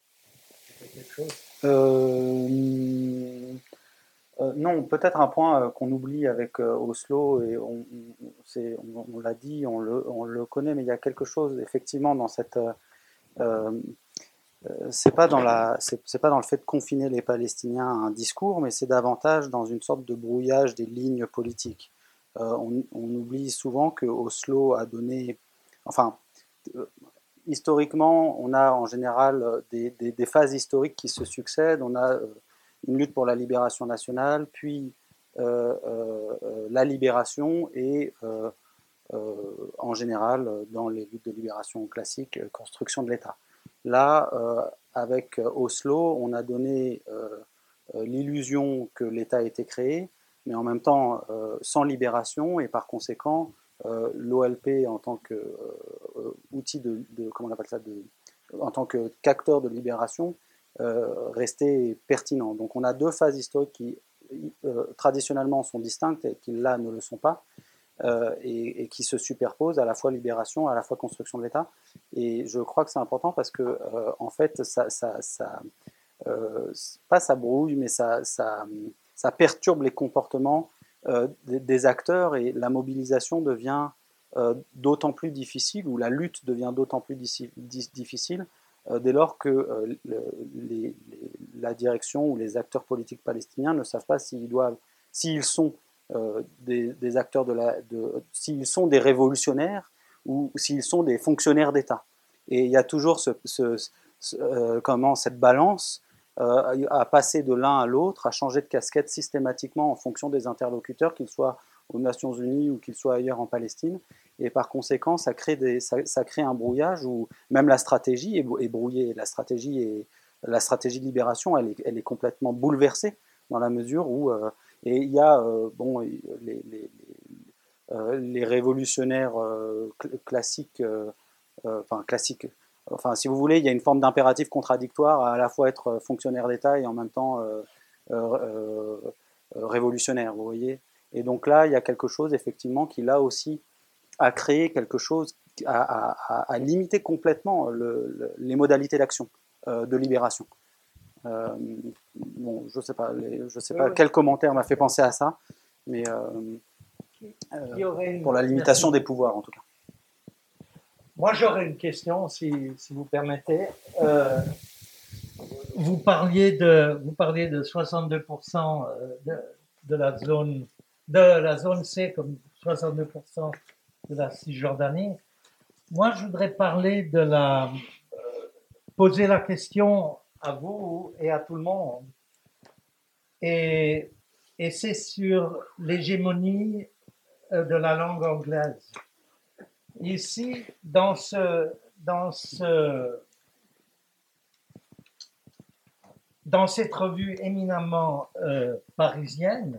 Non, peut-être un point qu'on oublie avec Oslo, et on l'a dit, on le connaît, mais il y a quelque chose effectivement dans cette c'est pas dans le fait de confiner les Palestiniens à un discours, mais c'est davantage dans une sorte de brouillage des lignes politiques. On oublie souvent que Oslo a donné, enfin, historiquement, on a en général des phases historiques qui se succèdent. On a une lutte pour la libération nationale, puis la libération et en général, dans les luttes de libération classiques, construction de l'État. Là, avec Oslo, on a donné l'illusion que l'État a été créé, mais en même temps sans libération, et par conséquent, l'OLP en tant qu'outil comment on appelle ça, en tant qu'acteur de libération, restait pertinent. Donc on a deux phases historiques qui traditionnellement sont distinctes et qui là ne le sont pas. Et qui se superposent, à la fois libération, à la fois construction de l'État. Et je crois que c'est important parce que, en fait, pas ça brouille, mais ça perturbe les comportements des acteurs, et la mobilisation devient d'autant plus difficile, ou la lutte devient d'autant plus difficile dès lors que la direction ou les acteurs politiques palestiniens ne savent pas s'ils sont des acteurs s'ils sont des révolutionnaires ou s'ils sont des fonctionnaires d'État. Et il y a toujours cette balance à passer de l'un à l'autre, à changer de casquette systématiquement en fonction des interlocuteurs, qu'ils soient aux Nations Unies ou qu'ils soient ailleurs en Palestine. Et par conséquent, ça crée un brouillage où même la stratégie est brouillée. La stratégie de libération, elle est complètement bouleversée dans la mesure où et il y a les révolutionnaires classiques, si vous voulez, il y a une forme d'impératif contradictoire à la fois être fonctionnaire d'État et en même temps révolutionnaire, vous voyez. Et donc là, il y a quelque chose effectivement qui là aussi a créé quelque chose, à limiter complètement les modalités d'action de libération. Je sais pas quel commentaire m'a fait penser à ça, mais pour la limitation des pouvoirs en tout cas. Moi j'aurais une question si vous permettez. Vous parliez de 62% de la zone C comme 62% de la Cisjordanie. Moi je voudrais poser la question à vous et à tout le monde. Et c'est sur l'hégémonie de la langue anglaise. Ici, dans cette revue éminemment parisienne,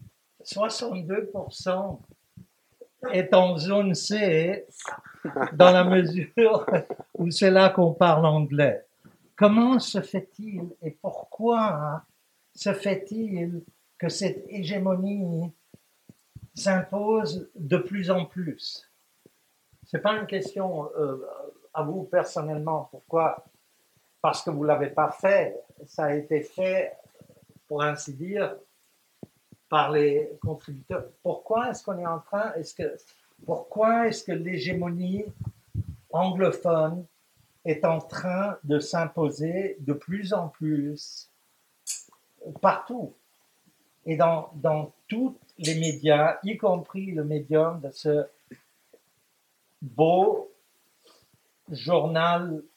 62% est en zone C, dans la mesure où c'est là qu'on parle anglais. Comment se fait-il et pourquoi se fait-il que cette hégémonie s'impose de plus en plus? Ce n'est pas une question à vous personnellement. Pourquoi? Parce que vous ne l'avez pas fait. Ça a été fait, pour ainsi dire, par les contributeurs. Pourquoi est-ce qu'on est en train... Pourquoi est-ce que l'hégémonie anglophone est en train de s'imposer de plus en plus partout et dans tous les médias, y compris le médium de ce beau journal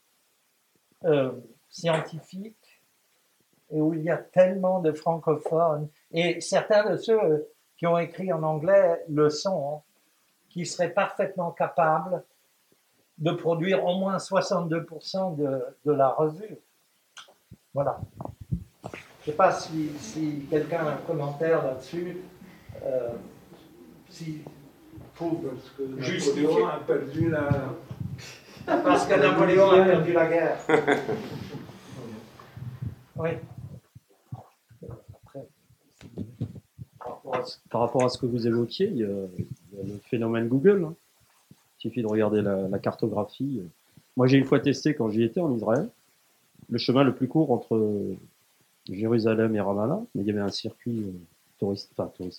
scientifique et où il y a tellement de francophones, et certains de ceux qui ont écrit en anglais le sont, qui seraient parfaitement capables de produire au moins 62% de la revue. Voilà. Je ne sais pas si quelqu'un a un commentaire là-dessus. Si trouve justifier. Napoléon a perdu la... Parce que Napoléon a perdu la guerre. Oui. Par rapport à ce que vous évoquiez, il y a le phénomène Google. Hein. Il suffit de regarder la cartographie. Moi, j'ai une fois testé quand j'y étais en Israël, le chemin le plus court entre Jérusalem et Ramallah, mais il y avait un circuit touristique,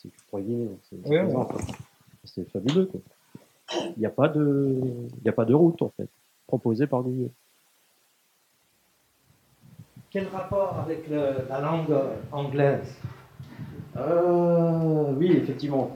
c'était fabuleux, quoi. Il n'y a pas de route en fait proposée par Google. Quel rapport avec la langue anglaise? Oui, effectivement.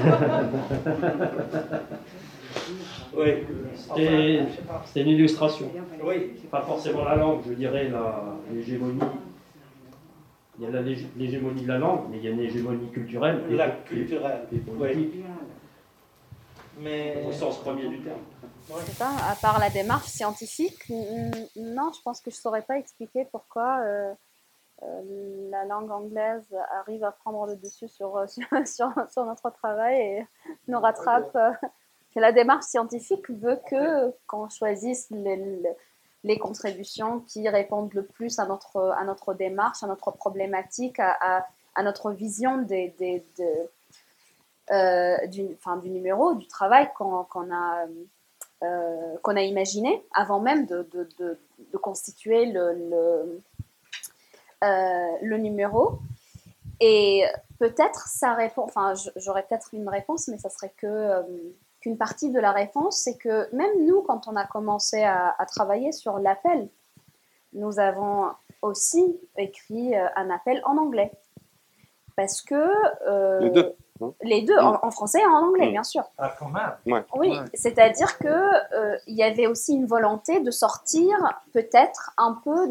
Oui, c'est une illustration. Oui. Pas forcément la langue, je dirais l'hégémonie. Il y a l'hégémonie de la langue, mais il y a une hégémonie culturelle et politique. Oui. Mais au sens premier du terme. Je sais pas, à part la démarche scientifique, non, je pense que je ne saurais pas expliquer pourquoi la langue anglaise arrive à prendre le dessus sur notre travail et nous rattrape. La démarche scientifique veut qu'on choisisse les contributions qui répondent le plus à notre démarche, à notre problématique, à notre vision du numéro, du travail qu'on a imaginé avant même de constituer le numéro. Et peut-être ça répond, enfin j'aurais peut-être une réponse, mais ça serait qu'une partie de la réponse, c'est que même nous, quand on a commencé à travailler sur l'appel, nous avons aussi écrit un appel en anglais. Parce que... les deux. Les deux, en français et en anglais, bien sûr. Ah, quand même. Ouais. Oui, c'est-à-dire que il y avait aussi une volonté de sortir peut-être un peu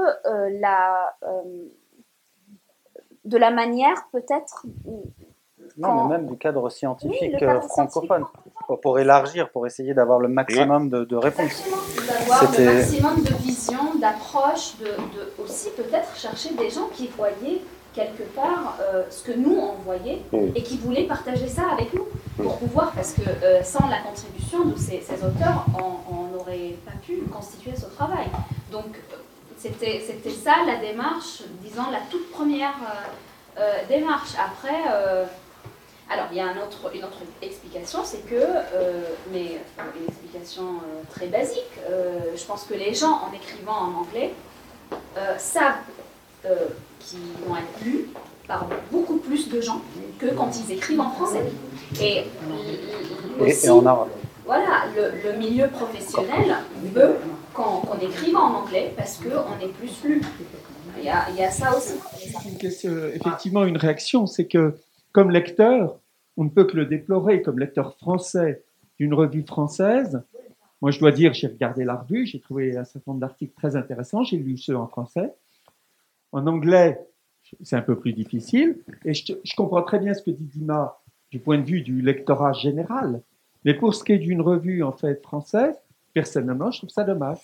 de la manière peut-être... Non, mais même du cadre scientifique francophone, pour élargir, pour essayer d'avoir le maximum de réponses. D'avoir le maximum de vision, d'approche, de aussi peut-être chercher des gens qui voyaient quelque part ce que nous on voyait et qui voulaient partager ça avec nous pour pouvoir, parce que sans la contribution de ces auteurs, on n'aurait pas pu constituer ce travail. Donc c'était ça la démarche, disons la toute première démarche. Après, alors il y a une autre explication, c'est que, mais une explication très basique, je pense que les gens en écrivant en anglais savent qui vont être lus par beaucoup plus de gens que quand ils écrivent en français. Et aussi, en arabe. Voilà, le milieu professionnel veut qu'on écrive en anglais parce qu'on est plus lu. Il y a ça aussi. Effectivement, une réaction, c'est que comme lecteur, on ne peut que le déplorer, comme lecteur français d'une revue française. Moi, je dois dire, j'ai regardé la revue, j'ai trouvé un certain nombre d'articles très intéressants, j'ai lu ceux en français. En anglais, c'est un peu plus difficile. Et je comprends très bien ce que dit Dima du point de vue du lectorat général. Mais pour ce qui est d'une revue en fait française, personnellement, je trouve ça dommage.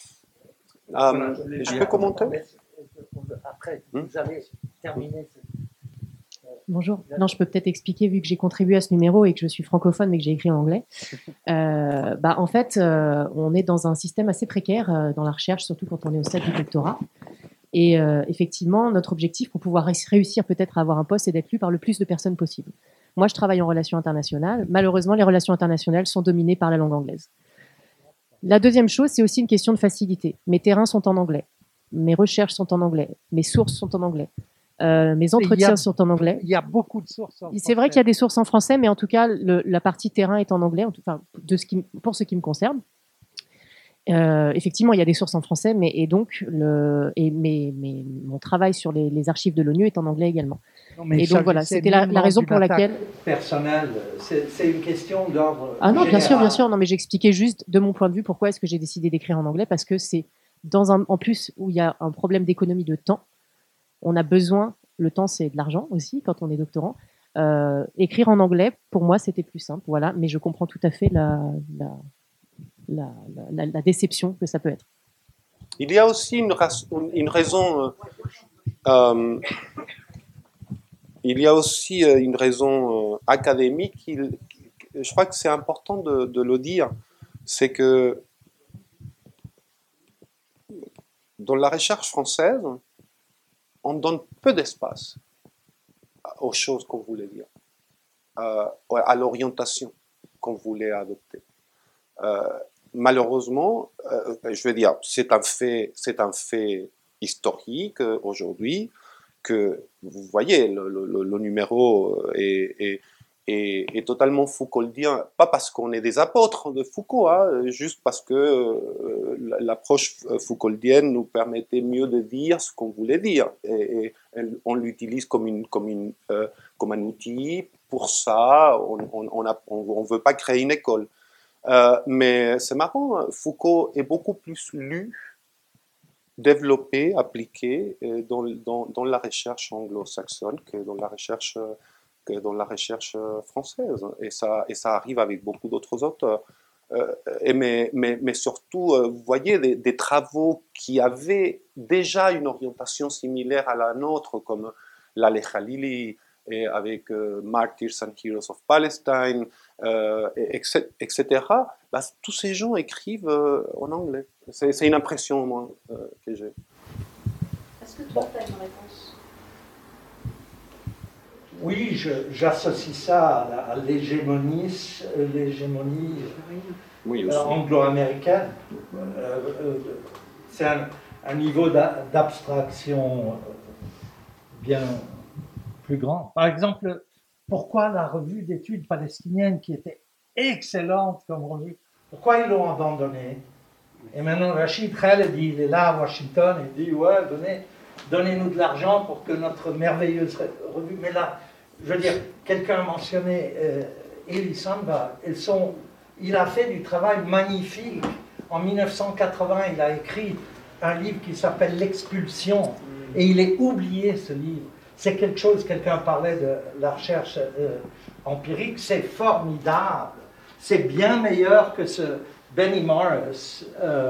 Je peux commenter? Après, vous avez terminé. Bonjour. Non, je peux peut-être expliquer, vu que j'ai contribué à ce numéro et que je suis francophone, mais que j'ai écrit en anglais. En fait, on est dans un système assez précaire dans la recherche, surtout quand on est au stade du doctorat. Et effectivement, notre objectif pour pouvoir réussir peut-être à avoir un poste, c'est d'être lu par le plus de personnes possible. Moi, je travaille en relations internationales. Malheureusement, les relations internationales sont dominées par la langue anglaise. La deuxième chose, c'est aussi une question de facilité. Mes terrains sont en anglais. Mes recherches sont en anglais. Mes sources sont en anglais. Mes entretiens sont en anglais. Il y a beaucoup de sources en français. C'est vrai qu'il y a des sources en français, mais en tout cas, la partie terrain est en anglais, pour ce qui me concerne. Effectivement, il y a des sources en français, mon travail sur les archives de l'ONU est en anglais également. Non, et donc voilà, c'était la raison pour laquelle. Personnelle, c'est une question d'ordre. Ah non, général. bien sûr, non, mais j'expliquais juste de mon point de vue pourquoi est-ce que j'ai décidé d'écrire en anglais, parce que c'est en plus où il y a un problème d'économie de temps. On a besoin, le temps c'est de l'argent aussi quand on est doctorant. Écrire en anglais, pour moi, c'était plus simple, voilà. Mais je comprends tout à fait la déception que ça peut être. Il y a aussi une raison. Il y a aussi une raison académique. Je crois que c'est important de le dire. C'est que dans la recherche française, on donne peu d'espace aux choses qu'on voulait dire, à l'orientation qu'on voulait adopter. Malheureusement, je veux dire, c'est un fait historique aujourd'hui que vous voyez, le numéro est est totalement Foucaultien, pas parce qu'on est des apôtres de Foucault, hein, juste parce que l'approche foucauldienne nous permettait mieux de dire ce qu'on voulait dire. Et on l'utilise comme un outil. Pour ça, on veut pas créer une école. Mais c'est marrant, Foucault est beaucoup plus lu, développé, appliqué dans la recherche anglo-saxonne que dans la recherche française. Et ça arrive avec beaucoup d'autres auteurs. Mais surtout, vous voyez, des travaux qui avaient déjà une orientation similaire à la nôtre, comme Laleh Khalili, et avec Martyrs and Heroes of Palestine, etc. Bah, tous ces gens écrivent en anglais. C'est une impression, moi, que j'ai. Est-ce que toi, tu as une réponse? Oui, j'associe ça à l'hégémonie anglo-américaine. C'est un niveau d'abstraction bien plus grand. Par exemple, pourquoi la revue d'études palestiniennes, qui était excellente comme revue, pourquoi ils l'ont abandonnée? Et maintenant, Rachid Khaledi, il est là à Washington, il dit, ouais, donnez-nous de l'argent pour que notre merveilleuse revue... Mais là, je veux dire, quelqu'un a mentionné Elie Sandberg, il a fait du travail magnifique. En 1980, il a écrit un livre qui s'appelle L'Expulsion, et il est oublié, ce livre. C'est quelque chose, quelqu'un parlait de la recherche empirique, c'est formidable. C'est bien meilleur que ce Benny Morris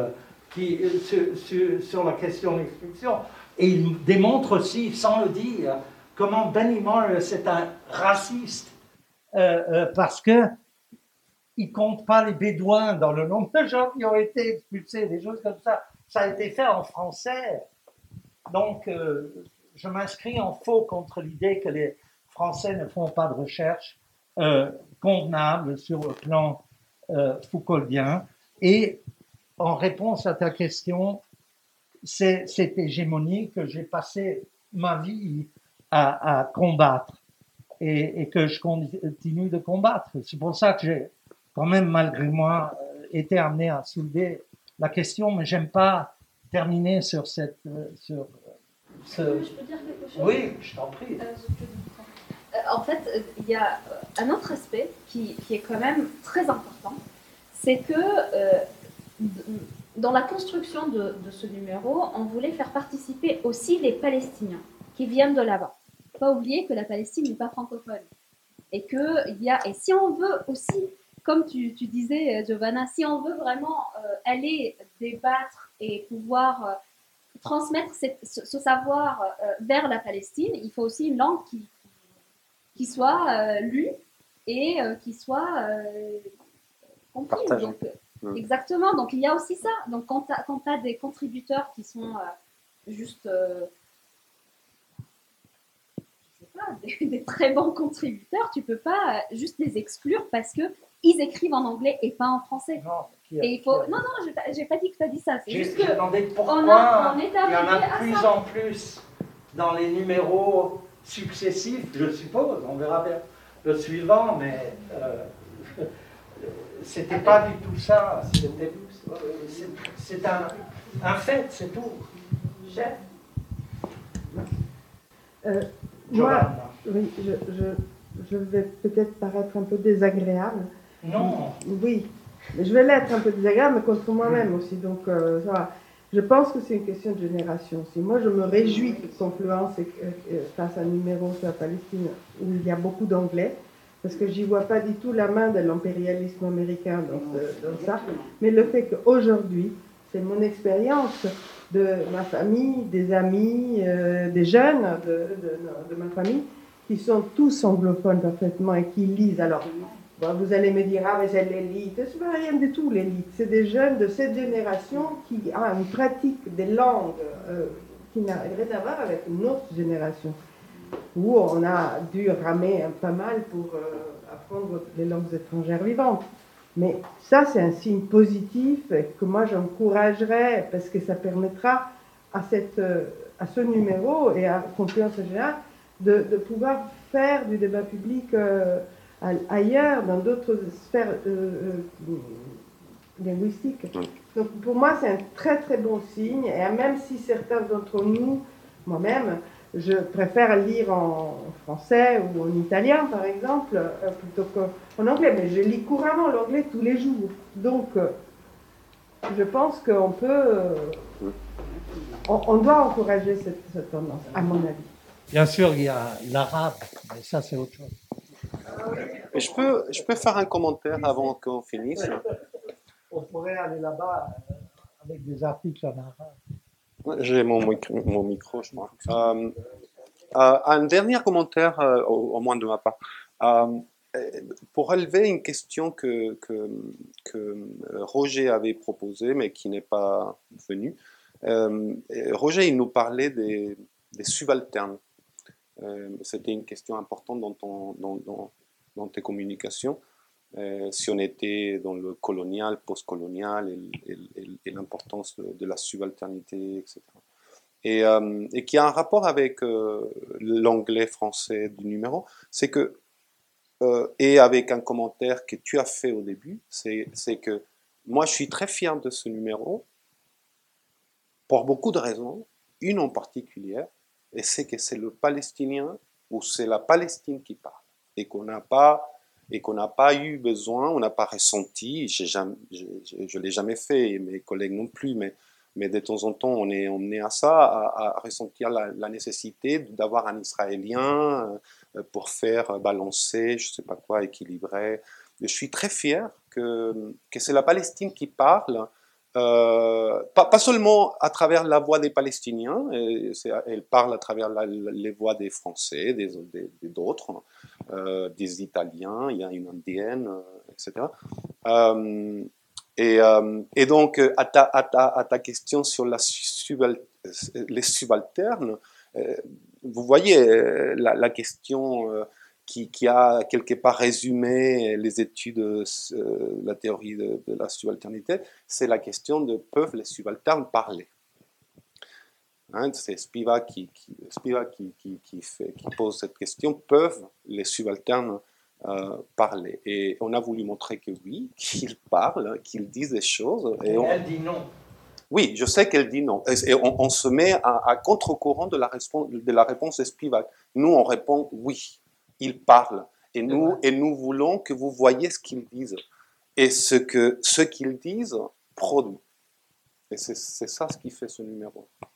sur la question de l'expulsion. Et il démontre aussi, sans le dire, comment Benny Morris est un raciste, parce que il compte pas les Bédouins dans le nombre de gens qui ont été expulsés, des choses comme ça. Ça a été fait en français. Donc, je m'inscris en faux contre l'idée que les Français ne font pas de recherche convenable sur le plan foucaultien. Et en réponse à ta question, c'est cette hégémonie que j'ai passé ma vie à combattre et que je continue de combattre. C'est pour ça que j'ai quand même, malgré moi, été amené à soulever la question, mais j'aime pas terminer sur cette... Je peux dire quelque chose? Oui, je t'en prie. En fait, il y a un autre aspect qui est quand même très important, c'est que dans la construction de ce numéro, on voulait faire participer aussi les Palestiniens qui viennent de là-bas. Il ne faut pas oublier que la Palestine n'est pas francophone. Et si on veut aussi, comme tu disais, Giovanna, si on veut vraiment aller débattre et pouvoir transmettre ce savoir vers la Palestine, il faut aussi une langue qui soit lue et qui soit comprise. Donc, exactement, donc il y a aussi ça. Donc quand tu as des contributeurs qui sont juste des très bons contributeurs, tu peux pas juste les exclure parce que ils écrivent en anglais et pas en français. Non, j'ai pas dit que tu as dit ça. C'est juste que demandé pourquoi on est il y en a de plus ça. en plus dans les numéros successifs, je suppose, on verra bien le suivant, mais c'était pas du tout ça. C'est un fait, c'est tout. Chef. Moi, oui, je vais peut-être paraître un peu désagréable. Non. Oui, mais je vais l'être un peu désagréable, mais contre moi-même aussi. Donc, ça va. Je pense que c'est une question de génération aussi. Moi, je me réjouis que Confluence fasse un numéro sur la Palestine où il y a beaucoup d'anglais, parce que j'y vois pas du tout la main de l'impérialisme américain dans ça. Mais le fait qu'aujourd'hui, c'est mon expérience de ma famille, des amis, des jeunes de ma famille, qui sont tous anglophones parfaitement et qui lisent. Alors, vous allez me dire, ah, mais c'est l'élite. C'est pas rien du tout, l'élite. C'est des jeunes de cette génération qui a une pratique des langues qui n'a rien à voir avec une autre génération, où on a dû ramer pas mal pour apprendre les langues étrangères vivantes. Mais ça, c'est un signe positif que moi, j'encouragerais, parce que ça permettra à ce numéro et à Confluence en général de pouvoir faire du débat public ailleurs, dans d'autres sphères linguistiques. Donc pour moi, c'est un très très bon signe, et même si certains d'entre nous, moi-même, je préfère lire en français ou en italien, par exemple, plutôt qu'en anglais, mais je lis couramment l'anglais tous les jours. Donc, je pense qu'on peut, on doit encourager cette tendance, à mon avis. Bien sûr, il y a l'arabe, mais ça, c'est autre chose. Mais je peux faire un commentaire avant qu'on finisse. On pourrait aller là-bas avec des articles en arabe. J'ai mon micro, je crois. Un dernier commentaire, au moins de ma part. Pour relever une question que Roger avait proposée, mais qui n'est pas venue. Roger, il nous parlait des subalternes. C'était une question importante dans tes communications. Si on était dans le colonial, post-colonial, et l'importance de la subalternité, etc. Et qui a un rapport avec l'anglais-français du numéro, c'est que, et avec un commentaire que tu as fait au début, c'est que moi je suis très fier de ce numéro, pour beaucoup de raisons, une en particulier, et c'est que c'est le Palestinien, ou c'est la Palestine qui parle, et qu'on n'a pas eu besoin, on n'a pas ressenti, je ne l'ai jamais fait, et mes collègues non plus, mais de temps en temps, on est emmené à ça, à ressentir la nécessité d'avoir un Israélien pour faire balancer, je ne sais pas quoi, équilibrer. Je suis très fier que c'est la Palestine qui parle, pas seulement à travers la voix des Palestiniens, elle parle à travers les voix des Français, d'autres, des Italiens, il y a une Indienne, etc. Et donc, à ta question sur les subalternes, vous voyez la question qui a quelque part résumé les études, la théorie de la subalternité, c'est la question de peuvent les subalternes parler. Hein, c'est Spivak qui pose cette question, peuvent les subalternes parler? Et on a voulu montrer que oui, qu'ils parlent, qu'ils disent des choses. Et elle dit non. Oui, je sais qu'elle dit non. Et on se met à contre-courant de la réponse de Spivak. Nous, on répond oui, ils parlent. Et nous voulons que vous voyez ce qu'ils disent. Et ce qu'ils disent produit. Et c'est ça ce qui fait ce numéro.